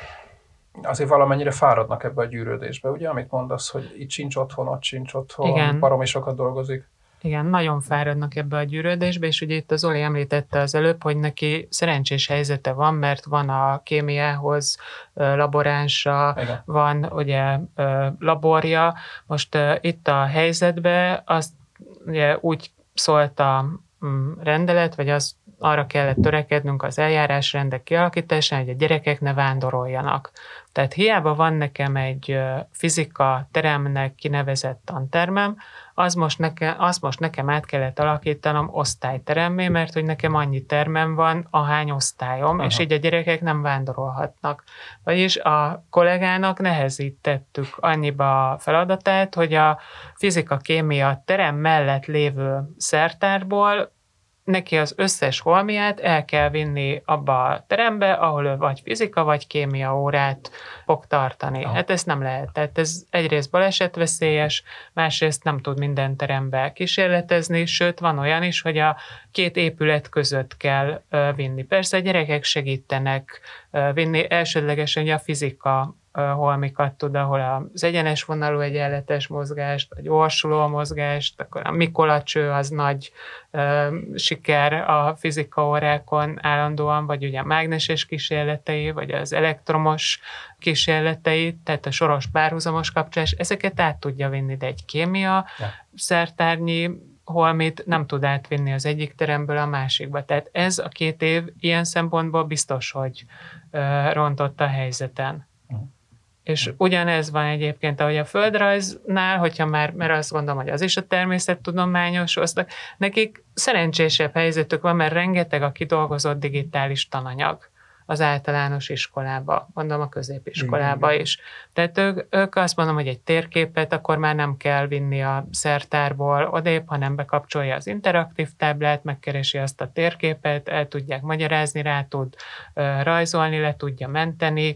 azért valamennyire fáradnak ebbe a gyűrődésbe, ugye, amit mondasz, hogy itt sincs otthon, ott sincs otthon, Igen. baromi sokat dolgozik. Igen, nagyon fáradnak ebbe a gyűrődésbe, és ugye itt az Zoli említette az előbb, hogy neki szerencsés helyzete van, mert van a kémiához laboránsa, Igen. van ugye laborja. Most itt a helyzetben azt ugye úgy szólt a rendelet, vagy az arra kellett törekednünk az eljárásrendek kialakításán, hogy a gyerekek ne vándoroljanak. Tehát hiába van nekem egy fizika teremnek kinevezett tantermem, az most nekem, azt most nekem át kellett alakítanom osztályteremmé, mert hogy nekem annyi termem van, ahány osztályom, Aha. és így a gyerekek nem vándorolhatnak. Vagyis a kollégának nehezítettük annyiba a feladatát, hogy a fizika-kémia terem mellett lévő szertárból neki az összes holmiát el kell vinni abba a terembe, ahol ő vagy fizika, vagy kémia órát fog tartani. Oh. Hát ez nem lehet. Tehát ez egyrészt balesetveszélyes, másrészt nem tud minden terembe kísérletezni, sőt van olyan is, hogy a két épület között kell uh, vinni. Persze a gyerekek segítenek uh, vinni, elsődlegesen ugye a fizika holmikat tud, ahol az egyenes vonalú egyenletes mozgást, a gyorsuló mozgást, akkor a mikolacső az nagy uh, siker a fizika órákon állandóan, vagy ugye a mágneses kísérletei, vagy az elektromos kísérletei, tehát a soros párhuzamos kapcsolás, ezeket át tudja vinni, de egy kémia ja. szertárnyi holmit nem tud átvinni az egyik teremből a másikba. Tehát ez a két év ilyen szempontból biztos, hogy uh, rontott a helyzeten. Uh. És ugyanez van egyébként, ahogy a földrajznál, hogyha már, mert azt gondolom, hogy az is a természettudományos osztak, nekik szerencsésebb helyzetük van, mert rengeteg a kidolgozott digitális tananyag az általános iskolába, mondom a középiskolába Igen. is. Tehát ők, ők azt mondom, hogy egy térképet akkor már nem kell vinni a szertárból odébb, hanem bekapcsolja az interaktív táblát, megkeresi azt a térképet, el tudják magyarázni, rá tud uh, rajzolni, le tudja menteni,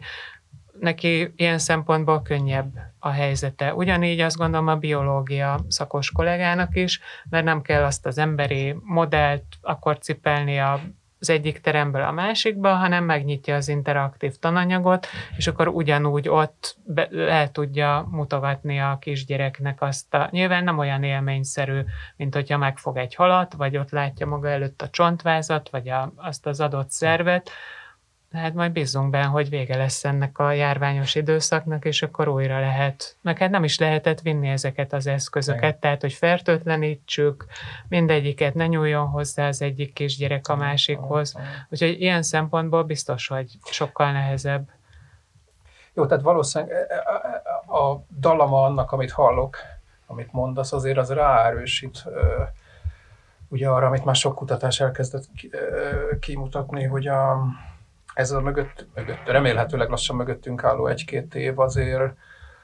neki ilyen szempontból könnyebb a helyzete. Ugyanígy azt gondolom a biológia szakos kollégának is, mert nem kell azt az emberi modellt akkor cipelni az egyik teremből a másikba, hanem megnyitja az interaktív tananyagot, és akkor ugyanúgy ott be, el tudja mutogatni a kisgyereknek azt a... Nyilván nem olyan élményszerű, mint hogyha megfog egy halat, vagy ott látja maga előtt a csontvázat, vagy a, azt az adott szervet. Hát majd bízzunk benne, hogy vége lesz ennek a járványos időszaknak, és akkor újra lehet, meg hát nem is lehetett vinni ezeket az eszközöket, Igen. tehát hogy fertőtlenítsük, mindegyiket, ne nyúljon hozzá az egyik kisgyerek a másikhoz. Úgyhogy ilyen szempontból biztos, hogy sokkal nehezebb. Jó, tehát valószínűleg a dallama annak, amit hallok, amit mondasz, azért az ráerősít ugye arra, amit már sok kutatás elkezdett kimutatni, hogy a ez a mögött, mögött, remélhetőleg lassan mögöttünk álló egy-két év azért,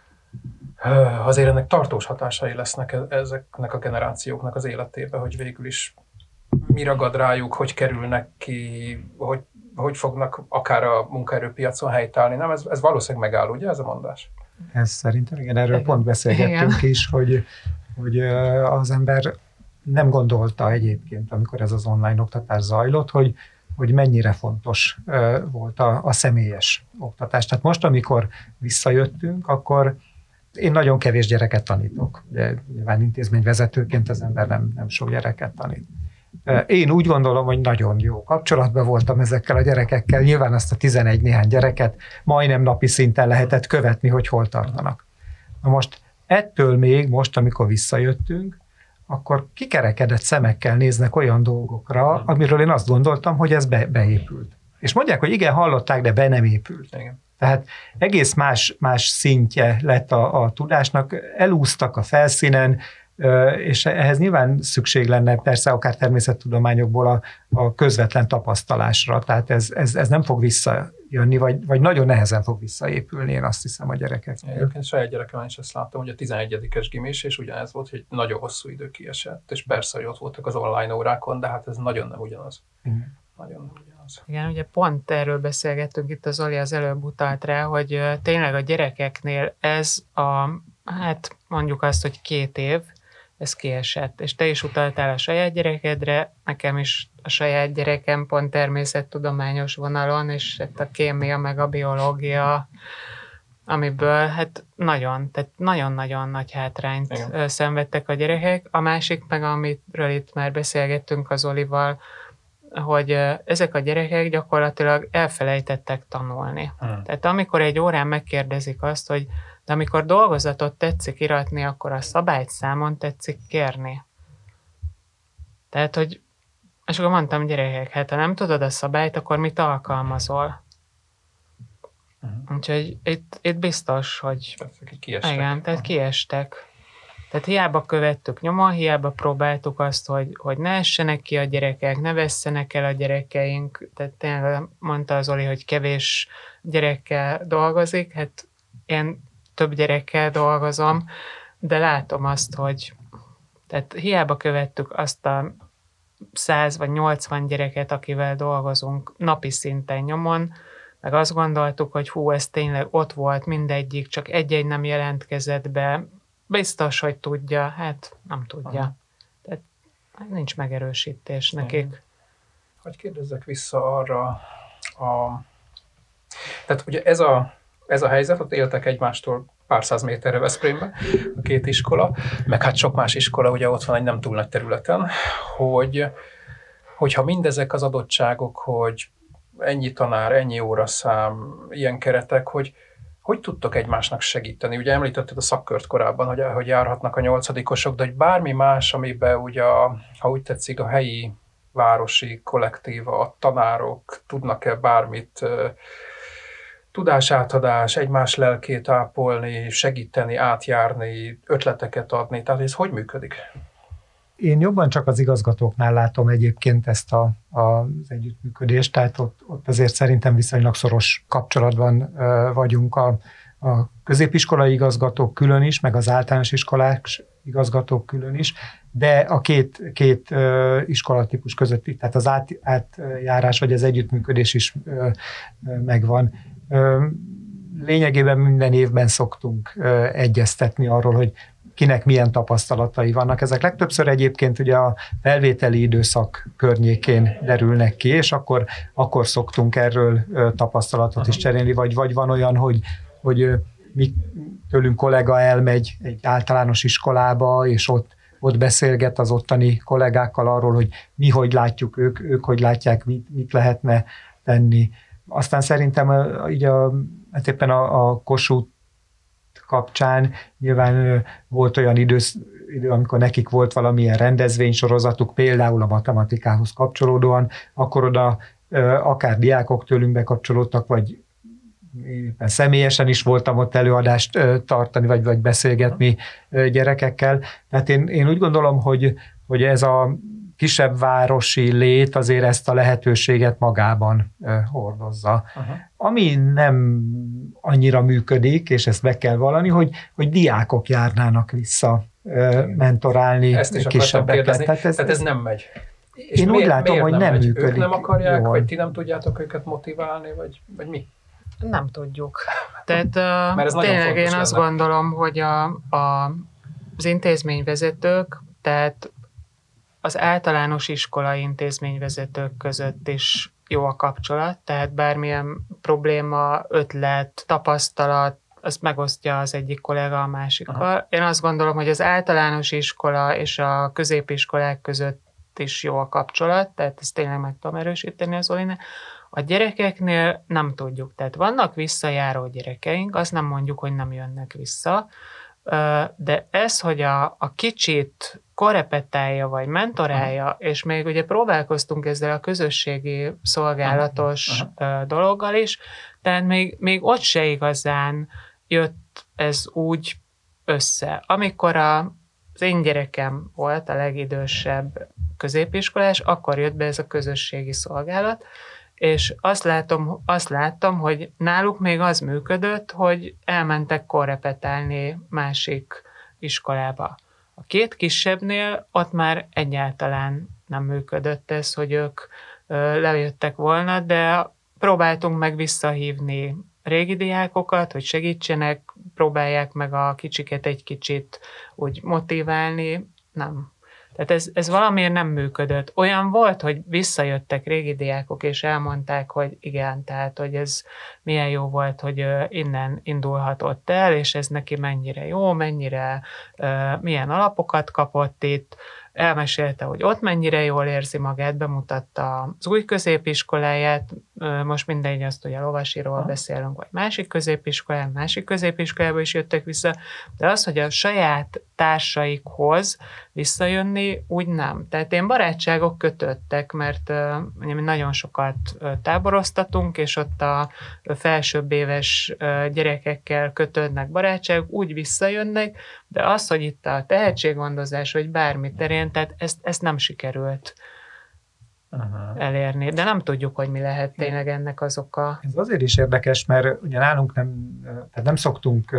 azért ennek tartós hatásai lesznek ezeknek a generációknak az életébe, hogy végül is mi ragad rájuk, hogy kerülnek ki, hogy, hogy fognak akár a munkaerőpiacon helytállni. Nem, ez, ez valószínűleg megáll, ugye ez a mondás? Ez szerintem, igen, erről igen. pont beszélgettünk igen. is, hogy, hogy az ember nem gondolta egyébként, amikor ez az online oktatás zajlott, hogy hogy mennyire fontos volt a, a személyes oktatás. Tehát most, amikor visszajöttünk, akkor én nagyon kevés gyereket tanítok. De nyilván intézményvezetőként az ember nem, nem sok gyereket tanít. Én úgy gondolom, hogy nagyon jó kapcsolatban voltam ezekkel a gyerekekkel. Nyilván azt a tizenegy néhány gyereket majdnem napi szinten lehetett követni, hogy hol tartanak. Na most ettől még most, amikor visszajöttünk, akkor kikerekedett szemekkel néznek olyan dolgokra, amiről én azt gondoltam, hogy ez be, beépült. És mondják, hogy igen, hallották, de be nem épült. Igen. Tehát egész más, más szintje lett a, a tudásnak, elúsztak a felszínen, és ehhez nyilván szükség lenne persze akár természettudományokból a, a közvetlen tapasztalásra, tehát ez, ez, ez nem fog visszajönni, vagy, vagy nagyon nehezen fog visszaépülni, én azt hiszem a gyerekeknél. Egyébként saját gyerekemen is ezt láttam, hogy a tizenegyedikes gimis, és ugyanez volt, hogy nagyon hosszú idő kiesett, és persze, hogy ott voltak az online órákon, de hát ez nagyon nem ugyanaz. Igen. Nagyon nem ugyanaz. Igen, ugye pont erről beszélgettünk itt, az Zoli az előbb utalt rá, hogy tényleg a gyerekeknél ez a, hát mondjuk azt, hogy két év, ez kiesett. És te is utaltál a saját gyerekedre, nekem is a saját gyerekem pont természettudományos vonalon, és a kémia meg a biológia, amiből hát nagyon, tehát nagyon-nagyon nagy hátrányt Igen. szenvedtek a gyerekek. A másik meg, amiről itt már beszélgettünk az Olival, hogy ezek a gyerekek gyakorlatilag elfelejtettek tanulni. Hmm. Tehát amikor egy órán megkérdezik azt, hogy de amikor dolgozatot tetszik iratni, akkor a szabályszámon tetszik kérni. Tehát, hogy és akkor mondtam, gyerekek, hát ha nem tudod a szabályt, akkor mit alkalmazol? Uh-huh. Úgyhogy itt, itt biztos, hogy kiestek. Igen, tehát kiestek. Tehát hiába követtük nyomon, hiába próbáltuk azt, hogy, hogy ne essenek ki a gyerekek, ne vesszenek el a gyerekeink. Tehát tényleg mondta az Oli, hogy kevés gyerekkel dolgozik, hát én több gyerekkel dolgozom, de látom azt, hogy tehát hiába követtük azt a száz vagy nyolcvan gyereket, akivel dolgozunk napi szinten nyomon, meg azt gondoltuk, hogy hú, ez tényleg ott volt mindegyik, csak egy-egy nem jelentkezett be, biztos, hogy tudja, hát nem tudja. Aha. Tehát nincs megerősítés nekik. Hogy kérdezzek vissza arra a... Tehát ugye ez a Ez a helyzet, ott éltek egymástól pár száz méterre Veszprémben, a két iskola, meg hát sok más iskola, ugye ott van egy nem túl nagy területen, hogy, hogyha mindezek az adottságok, hogy ennyi tanár, ennyi óraszám, ilyen keretek, hogy hogy tudtok egymásnak segíteni? Ugye említetted a szakkört korábban, hogy, hogy járhatnak a nyolcadikosok, de hogy bármi más, amiben ugye, ha úgy tetszik, a helyi városi kollektíva, a tanárok tudnak-e bármit, tudásátadás, egymás lelkét ápolni, segíteni, átjárni, ötleteket adni. Tehát ez hogy működik? Én jobban csak az igazgatóknál látom egyébként ezt a, a, az együttműködést, tehát ott, ott azért szerintem viszonylag szoros kapcsolatban uh, vagyunk a, a középiskolai igazgatók külön is, meg az általános iskolák igazgatók külön is, de a két, két uh, iskolatípus közötti, tehát az át, átjárás vagy az együttműködés is uh, megvan. Lényegében minden évben szoktunk egyeztetni arról, hogy kinek milyen tapasztalatai vannak. Ezek legtöbbször egyébként ugye a felvételi időszak környékén derülnek ki, és akkor, akkor szoktunk erről tapasztalatot is cserélni, vagy, vagy van olyan, hogy, hogy mi, tőlünk kollega elmegy egy általános iskolába, és ott, ott beszélget az ottani kollégákkal arról, hogy mi hogy látjuk, ők, ők hogy látják, mit, mit lehetne tenni. Aztán szerintem így a, hát éppen a, a Kossuth kapcsán nyilván volt olyan idősz, idő, amikor nekik volt valamilyen rendezvénysorozatuk, például a matematikához kapcsolódóan, akkor oda akár diákok tőlünk bekapcsolódtak, vagy éppen személyesen is voltam ott előadást tartani, vagy, vagy beszélgetni gyerekekkel. Tehát én, én úgy gondolom, hogy, hogy ez a kisebb városi lét azért ezt a lehetőséget magában hordozza. Uh-huh. Ami nem annyira működik, és ezt be kell vallani, hogy, hogy diákok járnának vissza mentorálni ezt is kisebbeket. Tehát ez, Tehát ez nem megy. És én miért, úgy látom, hogy nem, nem működik. Ők nem akarják, jól. Vagy ti nem tudjátok őket motiválni, vagy, vagy mi? Nem tudjuk. Tehát uh, tényleg én azt lenne. gondolom, hogy a, a, az intézményvezetők, tehát az általános iskolai intézményvezetők között is jó a kapcsolat, tehát bármilyen probléma, ötlet, tapasztalat, azt megosztja az egyik kollega a másikkal. Aha. Én azt gondolom, hogy az általános iskola és a középiskolák között is jó a kapcsolat, tehát ezt tényleg meg tudom erősíteni az Olinál. A gyerekeknél nem tudjuk, tehát vannak visszajáró gyerekeink, azt nem mondjuk, hogy nem jönnek vissza, de ez, hogy a, a kicsit korrepetálja vagy mentorálja, aha. és még ugye próbálkoztunk ezzel a közösségi szolgálatos aha. Aha. dologgal is, tehát még, még ott se igazán jött ez úgy össze. Amikor a, az én gyerekem volt a legidősebb középiskolás, akkor jött be ez a közösségi szolgálat, és azt látom, azt láttam, hogy náluk még az működött, hogy elmentek korrepetálni másik iskolába. A két kisebbnél ott már egyáltalán nem működött ez, hogy ők ö, lejöttek volna, de próbáltunk meg visszahívni régi diákokat, hogy segítsenek, próbálják meg a kicsiket egy kicsit úgy motiválni, nem. Tehát ez, ez valamiért nem működött. Olyan volt, hogy visszajöttek régi diákok, és elmondták, hogy igen, tehát, hogy ez milyen jó volt, hogy innen indulhatott el, és ez neki mennyire jó, mennyire, milyen alapokat kapott itt, elmesélte, hogy ott mennyire jól érzi magát, bemutatta az új középiskoláját, most mindegy azt, hogy a Lovasiról beszélünk, vagy másik középiskolán, másik középiskolába is jöttek vissza, de az, hogy a saját társaikhoz visszajönni, úgy nem. Tehát én barátságok kötöttek, mert uh, mi nagyon sokat uh, táboroztatunk, és ott a felsőbb éves uh, gyerekekkel kötődnek barátságok, úgy visszajönnek, de az, hogy itt a tehetséggondozás, vagy bármi terén, tehát ezt, ezt nem sikerült aha. elérni. De nem tudjuk, hogy mi lehet tényleg ennek az oka. Ez azért is érdekes, mert ugye nálunk nem, tehát nem szoktunk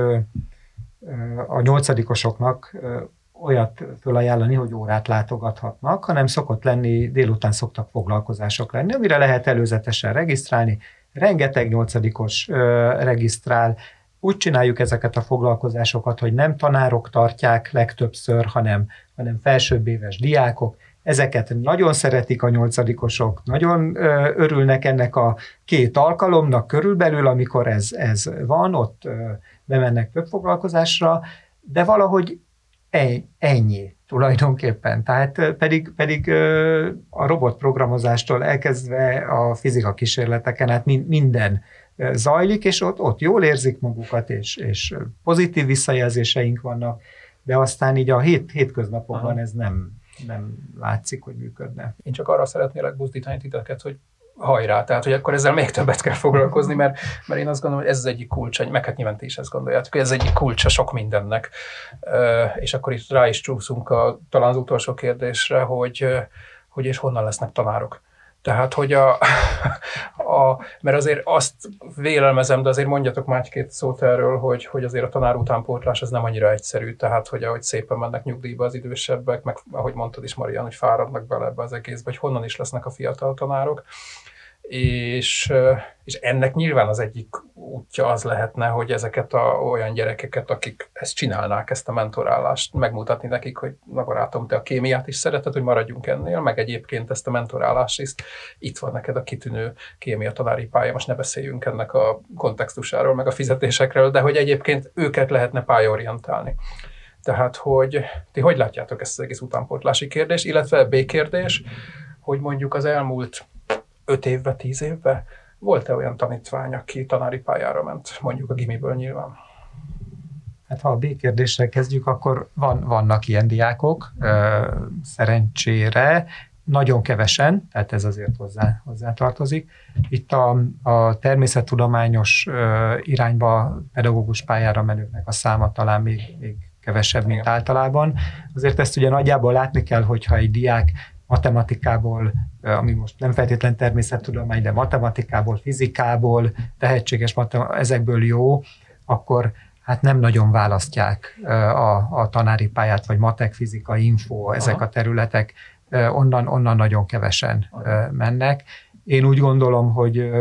a nyolcadikosoknak olyat fölajánlani, hogy órát látogathatnak, hanem szokott lenni, délután szoktak foglalkozások lenni, amire lehet előzetesen regisztrálni. Rengeteg nyolcadikos regisztrál. Úgy csináljuk ezeket a foglalkozásokat, hogy nem tanárok tartják legtöbbször, hanem, hanem felsőbb éves diákok. Ezeket nagyon szeretik a nyolcadikosok, nagyon örülnek ennek a két alkalomnak körülbelül, amikor ez, ez van, ott bemennek több foglalkozásra, de valahogy ennyi tulajdonképpen. Tehát pedig, pedig a robotprogramozástól elkezdve a fizika kísérleteken át minden zajlik, és ott, ott jól érzik magukat, és, és pozitív visszajelzéseink vannak, de aztán így a hét, hétköznapokban aha. ez nem, nem látszik, hogy működne. Én csak arra szeretnélek buzdítani titeket, hogy hajrá, tehát hogy akkor ezzel még többet kell foglalkozni, mert, mert én azt gondolom, hogy ez az egyik kulcsa, meg hát nyilván ti is ezt gondoljátok, hogy ez egyik kulcsa sok mindennek. És akkor itt rá is csúszunk a, talán az utolsó kérdésre, hogy, hogy és honnan lesznek tanárok. Tehát, hogy a, a, mert azért azt vélelmezem, de azért mondjatok már egy-két szót erről, hogy, hogy azért a tanár utánpótlás az nem annyira egyszerű, tehát, hogy ahogy szépen mennek nyugdíjba az idősebbek, meg ahogy mondtad is, Marian, hogy fáradnak bele ebbe az egészbe, hogy honnan is lesznek a fiatal tanárok. És, és ennek nyilván az egyik útja az lehetne, hogy ezeket a, olyan gyerekeket, akik ezt csinálnák, ezt a mentorálást, megmutatni nekik, hogy na barátom, te a kémiát is szereted, hogy maradjunk ennél, meg egyébként ezt a mentorálást is, itt van neked a kitűnő kémia tanári pálya, most ne beszéljünk ennek a kontextusáról, meg a fizetésekről, de hogy egyébként őket lehetne pályaorientálni. Tehát, hogy ti hogy látjátok ezt az egész utánpótlási kérdést, illetve B-kérdés, hogy mondjuk az elmúlt öt évben, tíz évben volt-e olyan tanítvány, aki tanári pályára ment, mondjuk a gimiből nyilván? Hát ha a B-kérdéssel kezdjük, akkor van, vannak ilyen diákok, szerencsére, nagyon kevesen, tehát ez azért hozzá, hozzá tartozik. Itt a, a természettudományos irányba pedagógus pályára menőknek a száma talán még, még kevesebb, mint igen. általában. Azért ezt ugye nagyjából látni kell, hogyha egy diák matematikából, ami most nem feltétlen természettudomány, de matematikából, fizikából, tehetséges matem- ezekből jó, akkor hát nem nagyon választják a, a tanári pályát, vagy matek, fizika, info, ezek aha. a területek, onnan, onnan nagyon kevesen aha. mennek. Én úgy gondolom, hogy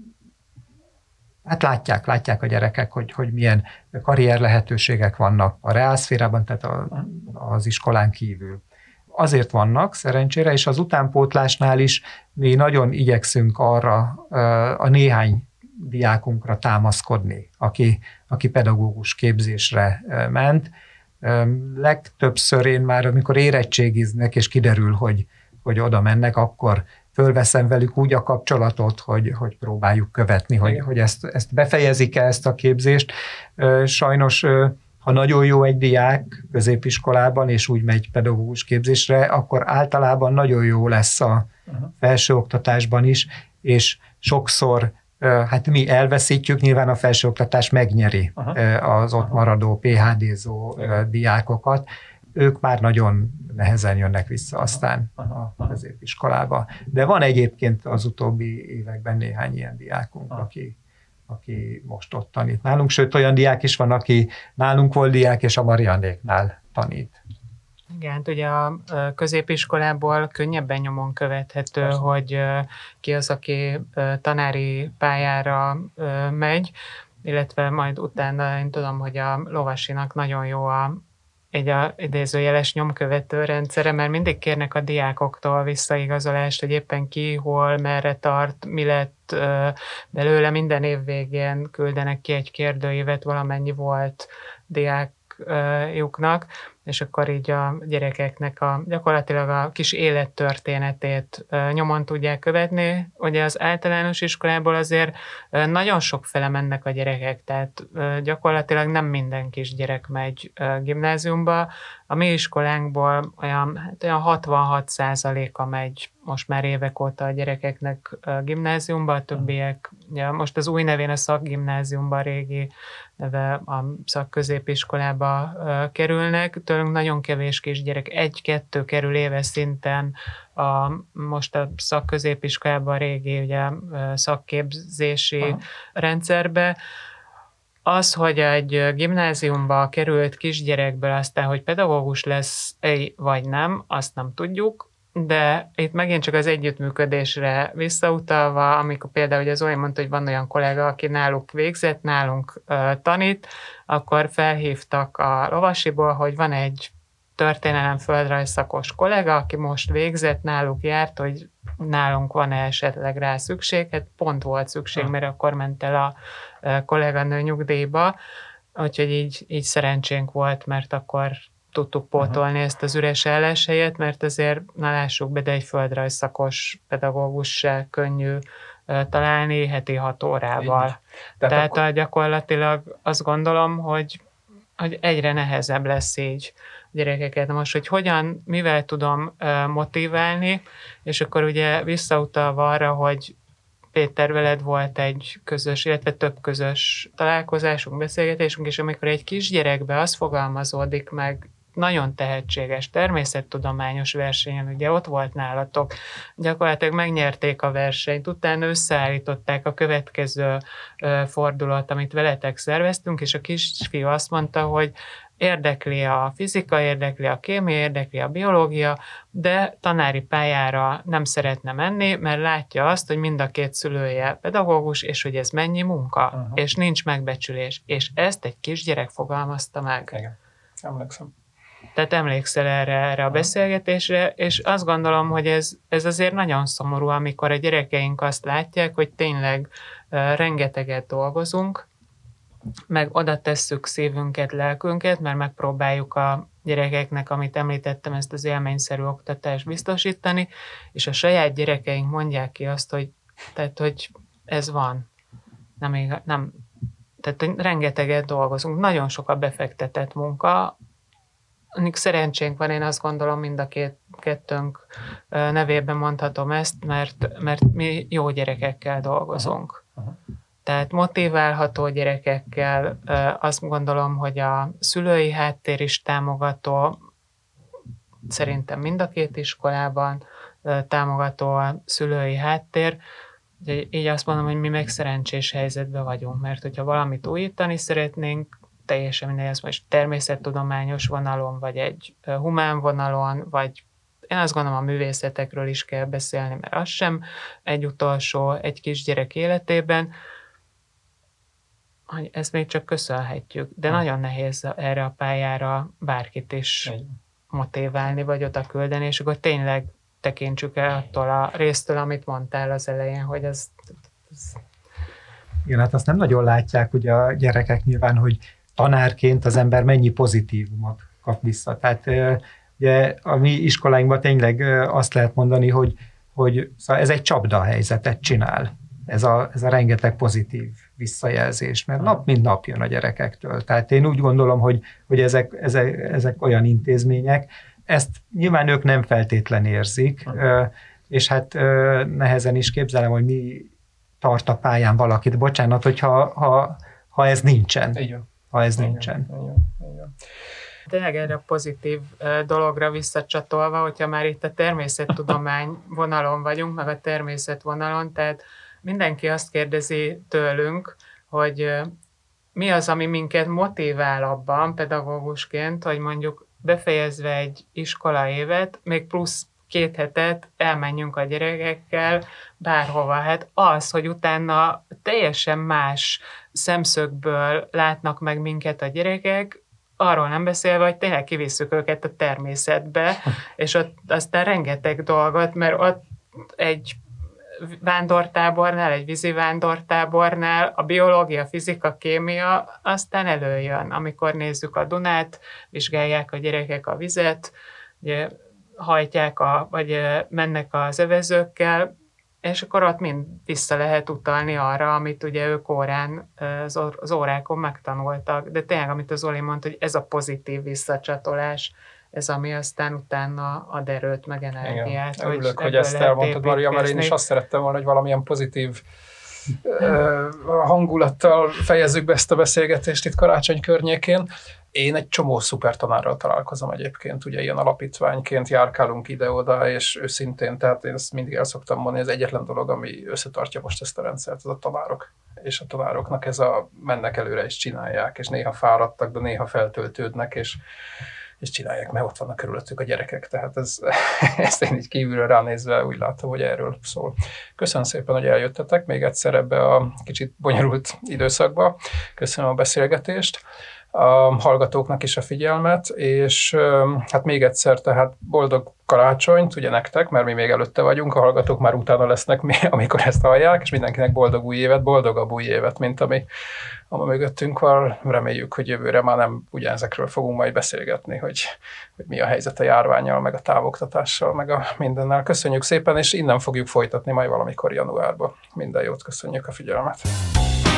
hát látják, látják a gyerekek, hogy, hogy milyen karrier lehetőségek vannak a reálszférában, tehát a, az iskolán kívül. azért vannak szerencsére, és az utánpótlásnál is mi nagyon igyekszünk arra a néhány diákunkra támaszkodni, aki, aki pedagógus képzésre ment. Legtöbbször én már, amikor érettségiznek, és kiderül, hogy, hogy oda mennek, akkor fölveszem velük úgy a kapcsolatot, hogy, hogy próbáljuk követni, hogy, hogy ezt, ezt befejezik-e ezt a képzést. Sajnos, ha nagyon jó egy diák középiskolában, és úgy megy pedagógus képzésre, akkor általában nagyon jó lesz a felsőoktatásban is, és sokszor hát mi elveszítjük, nyilván a felsőoktatás megnyeri Aha. az ott maradó pé há dé-zó diákokat. Ők már nagyon nehezen jönnek vissza aztán a középiskolába. De van egyébként az utóbbi években néhány ilyen diákunk, aki, aki most ott tanít nálunk, sőt olyan diák is van, aki nálunk volt diák, és a Mariannéknál tanít. Igen, ugye a középiskolából könnyebben nyomon követhető, Persze. hogy ki az, aki tanári pályára megy, illetve majd utána én tudom, hogy a Lovasinak nagyon jó a egy a idézőjeles nyomkövető rendszere, mert mindig kérnek a diákoktól visszaigazolást, hogy éppen ki, hol, merre tart, mi lett belőle. Minden év végén küldenek ki egy kérdőívet, valamennyi volt diákjuknak, és akkor így a gyerekeknek a, gyakorlatilag a kis élettörténetét nyomon tudják követni. Ugye az általános iskolából azért nagyon sok fele mennek a gyerekek, tehát gyakorlatilag nem minden kis gyerek megy gimnáziumba. A mi iskolánkból olyan, hát olyan hatvanhat százaléka megy most már évek óta a gyerekeknek gimnáziumba, a többiek, ja, most az új nevén a szakgimnáziumba, a régi neve a szakközépiskolába kerülnek. Tőlünk nagyon kevés kisgyerek, egy-kettő kerül éves szinten a, most a szakközépiskolában, a régi ugye, szakképzési Aha. rendszerbe. Az, hogy egy gimnáziumba került kisgyerekből aztán, hogy pedagógus lesz vagy nem, azt nem tudjuk, de itt megint csak az együttműködésre visszautalva, amikor például ugye Zoli mondta, hogy van olyan kollega, aki náluk végzett, nálunk uh, tanít, akkor felhívtak a Lovasiból, hogy van egy történelem földrajz szakos kollega, aki most végzett, náluk járt, hogy nálunk van-e esetleg rá szükség, hát pont volt szükség, mert akkor ment el a kolléganő nyugdíjba, úgyhogy így, így szerencsénk volt, mert akkor tudtuk pótolni uh-huh. ezt az üres álláshelyet, mert azért, na lássuk be, de egy földrajz szakos pedagógus se könnyű uh, találni heti hat órával. Tehát, Tehát akkor... gyakorlatilag azt gondolom, hogy, hogy egyre nehezebb lesz így gyerekeket. Most, hogy hogyan, mivel tudom uh, motiválni, és akkor ugye visszautalva arra, hogy Péter, veled volt egy közös, illetve több közös találkozásunk, beszélgetésünk, és amikor egy kisgyerekbe az fogalmazódik meg, nagyon tehetséges természettudományos versenyen, ugye ott volt nálatok, gyakorlatilag megnyerték a versenyt, utána összeállították a következő uh, fordulat, amit veletek szerveztünk, és a kisfiú azt mondta, hogy érdekli a fizika, érdekli a kémia, érdekli a biológia, de tanári pályára nem szeretne menni, mert látja azt, hogy mind a két szülője pedagógus, és hogy ez mennyi munka, uh-huh. és nincs megbecsülés. És ezt egy kisgyerek fogalmazta meg. Igen, emlékszem. Tehát emlékszel erre, erre a beszélgetésre, és azt gondolom, hogy ez, ez azért nagyon szomorú, amikor a gyerekeink azt látják, hogy tényleg uh, rengeteget dolgozunk, meg oda tesszük szívünket, lelkünket, mert megpróbáljuk a gyerekeknek, amit említettem, ezt az élményszerű oktatást biztosítani, és a saját gyerekeink mondják ki azt, hogy, tehát, hogy ez van. Nem, igaz, nem, tehát rengeteget dolgozunk, nagyon sok a befektetett munka, Annik szerencsénk van, én azt gondolom, mind a két, kettőnk nevében mondhatom ezt, mert, mert mi jó gyerekekkel dolgozunk. Uh-huh. Tehát motiválható gyerekekkel, azt gondolom, hogy a szülői háttér is támogató, szerintem mind a két iskolában támogató a szülői háttér, így azt mondom, hogy mi meg szerencsés helyzetben vagyunk, mert hogyha valamit újítani szeretnénk, teljesen mindegy, az most természettudományos vonalon, vagy egy humán vonalon, vagy én azt gondolom, a művészetekről is kell beszélni, mert az sem egy utolsó, egy kisgyerek életében, hogy ezt még csak köszönhetjük, de hmm. nagyon nehéz erre a pályára bárkit is motiválni, vagy oda küldeni, és akkor tényleg tekintsük el attól a résztől, amit mondtál az elején, hogy ez... ez... Igen, hát azt nem nagyon látják ugye a gyerekek nyilván, hogy tanárként az ember mennyi pozitívumot kap vissza. Tehát ugye a mi iskoláinkban tényleg azt lehet mondani, hogy, hogy szóval ez egy csapda helyzetet csinál. Ez a, ez a rengeteg pozitív visszajelzés, mert nap mint nap jön a gyerekektől. Tehát én úgy gondolom, hogy, hogy ezek, ezek, ezek olyan intézmények, ezt nyilván ők nem feltétlen érzik, és hát nehezen is képzelem, hogy mi tart a pályán valakit. Bocsánat, hogyha ha, ha ez nincsen. Igen. Ha ez Igen. nincsen. Igen. Igen. Tényleg erre a pozitív dologra visszacsatolva, hogyha már itt a természettudomány vonalon vagyunk, meg a természet vonalon, tehát mindenki azt kérdezi tőlünk, hogy mi az, ami minket motivál abban pedagógusként, hogy mondjuk befejezve egy iskola évet, még plusz két hetet elmenjünk a gyerekekkel bárhova. Hát az, hogy utána teljesen más szemszögből látnak meg minket a gyerekek, arról nem beszélve, hogy tényleg kivisszük őket a természetbe, és ott aztán rengeteg dolgot, mert ott egy vándortábornál, egy vízi vándortábornál a biológia, fizika, kémia aztán előjön. Amikor nézzük a Dunát, vizsgálják a gyerekek a vizet, ugye hajtják, a, vagy mennek az övezőkkel, és akkor ott mind vissza lehet utalni arra, amit ugye ők órán, az órákon megtanultak. De tényleg, amit az Zoli mondta, hogy ez a pozitív visszacsatolás, ez ami aztán utána ad erőt, meg energiát. Igen. Örülök, hogy, hogy ezt elmondtad, Maria, mert én is azt szerettem volna, hogy valamilyen pozitív hangulattal fejezzük be ezt a beszélgetést itt karácsony környékén. Én egy csomó szuper tanárral találkozom egyébként, ugye ilyen alapítványként járkálunk ide-oda, és őszintén, tehát én ezt mindig el szoktam mondani, ez egyetlen dolog, ami összetartja most ezt a rendszert, ez a tanárok. És a tanároknak ez a mennek előre és csinálják, és néha fáradtak, de néha feltöltődnek, és és csinálják, mert ott vannak körülöttük a gyerekek. Tehát ez, ezt én így kívülről ránézve úgy látom, hogy erről szól. Köszönöm szépen, hogy eljöttetek még egyszer ebbe a kicsit bonyolult időszakba. Köszönöm a beszélgetést, a hallgatóknak is a figyelmet, és hát még egyszer, tehát boldog karácsonyt, ugye nektek, mert mi még előtte vagyunk, a hallgatók már utána lesznek, amikor ezt hallják, és mindenkinek boldog új évet, boldogabb új évet, mint ami, ami mögöttünk van. Reméljük, hogy jövőre már nem ugyanezekről fogunk majd beszélgetni, hogy, hogy mi a helyzet a járvánnyal, meg a távoktatással, meg a mindennel. Köszönjük szépen, és innen fogjuk folytatni majd valamikor januárban. Minden jót, köszönjük a figyelmet!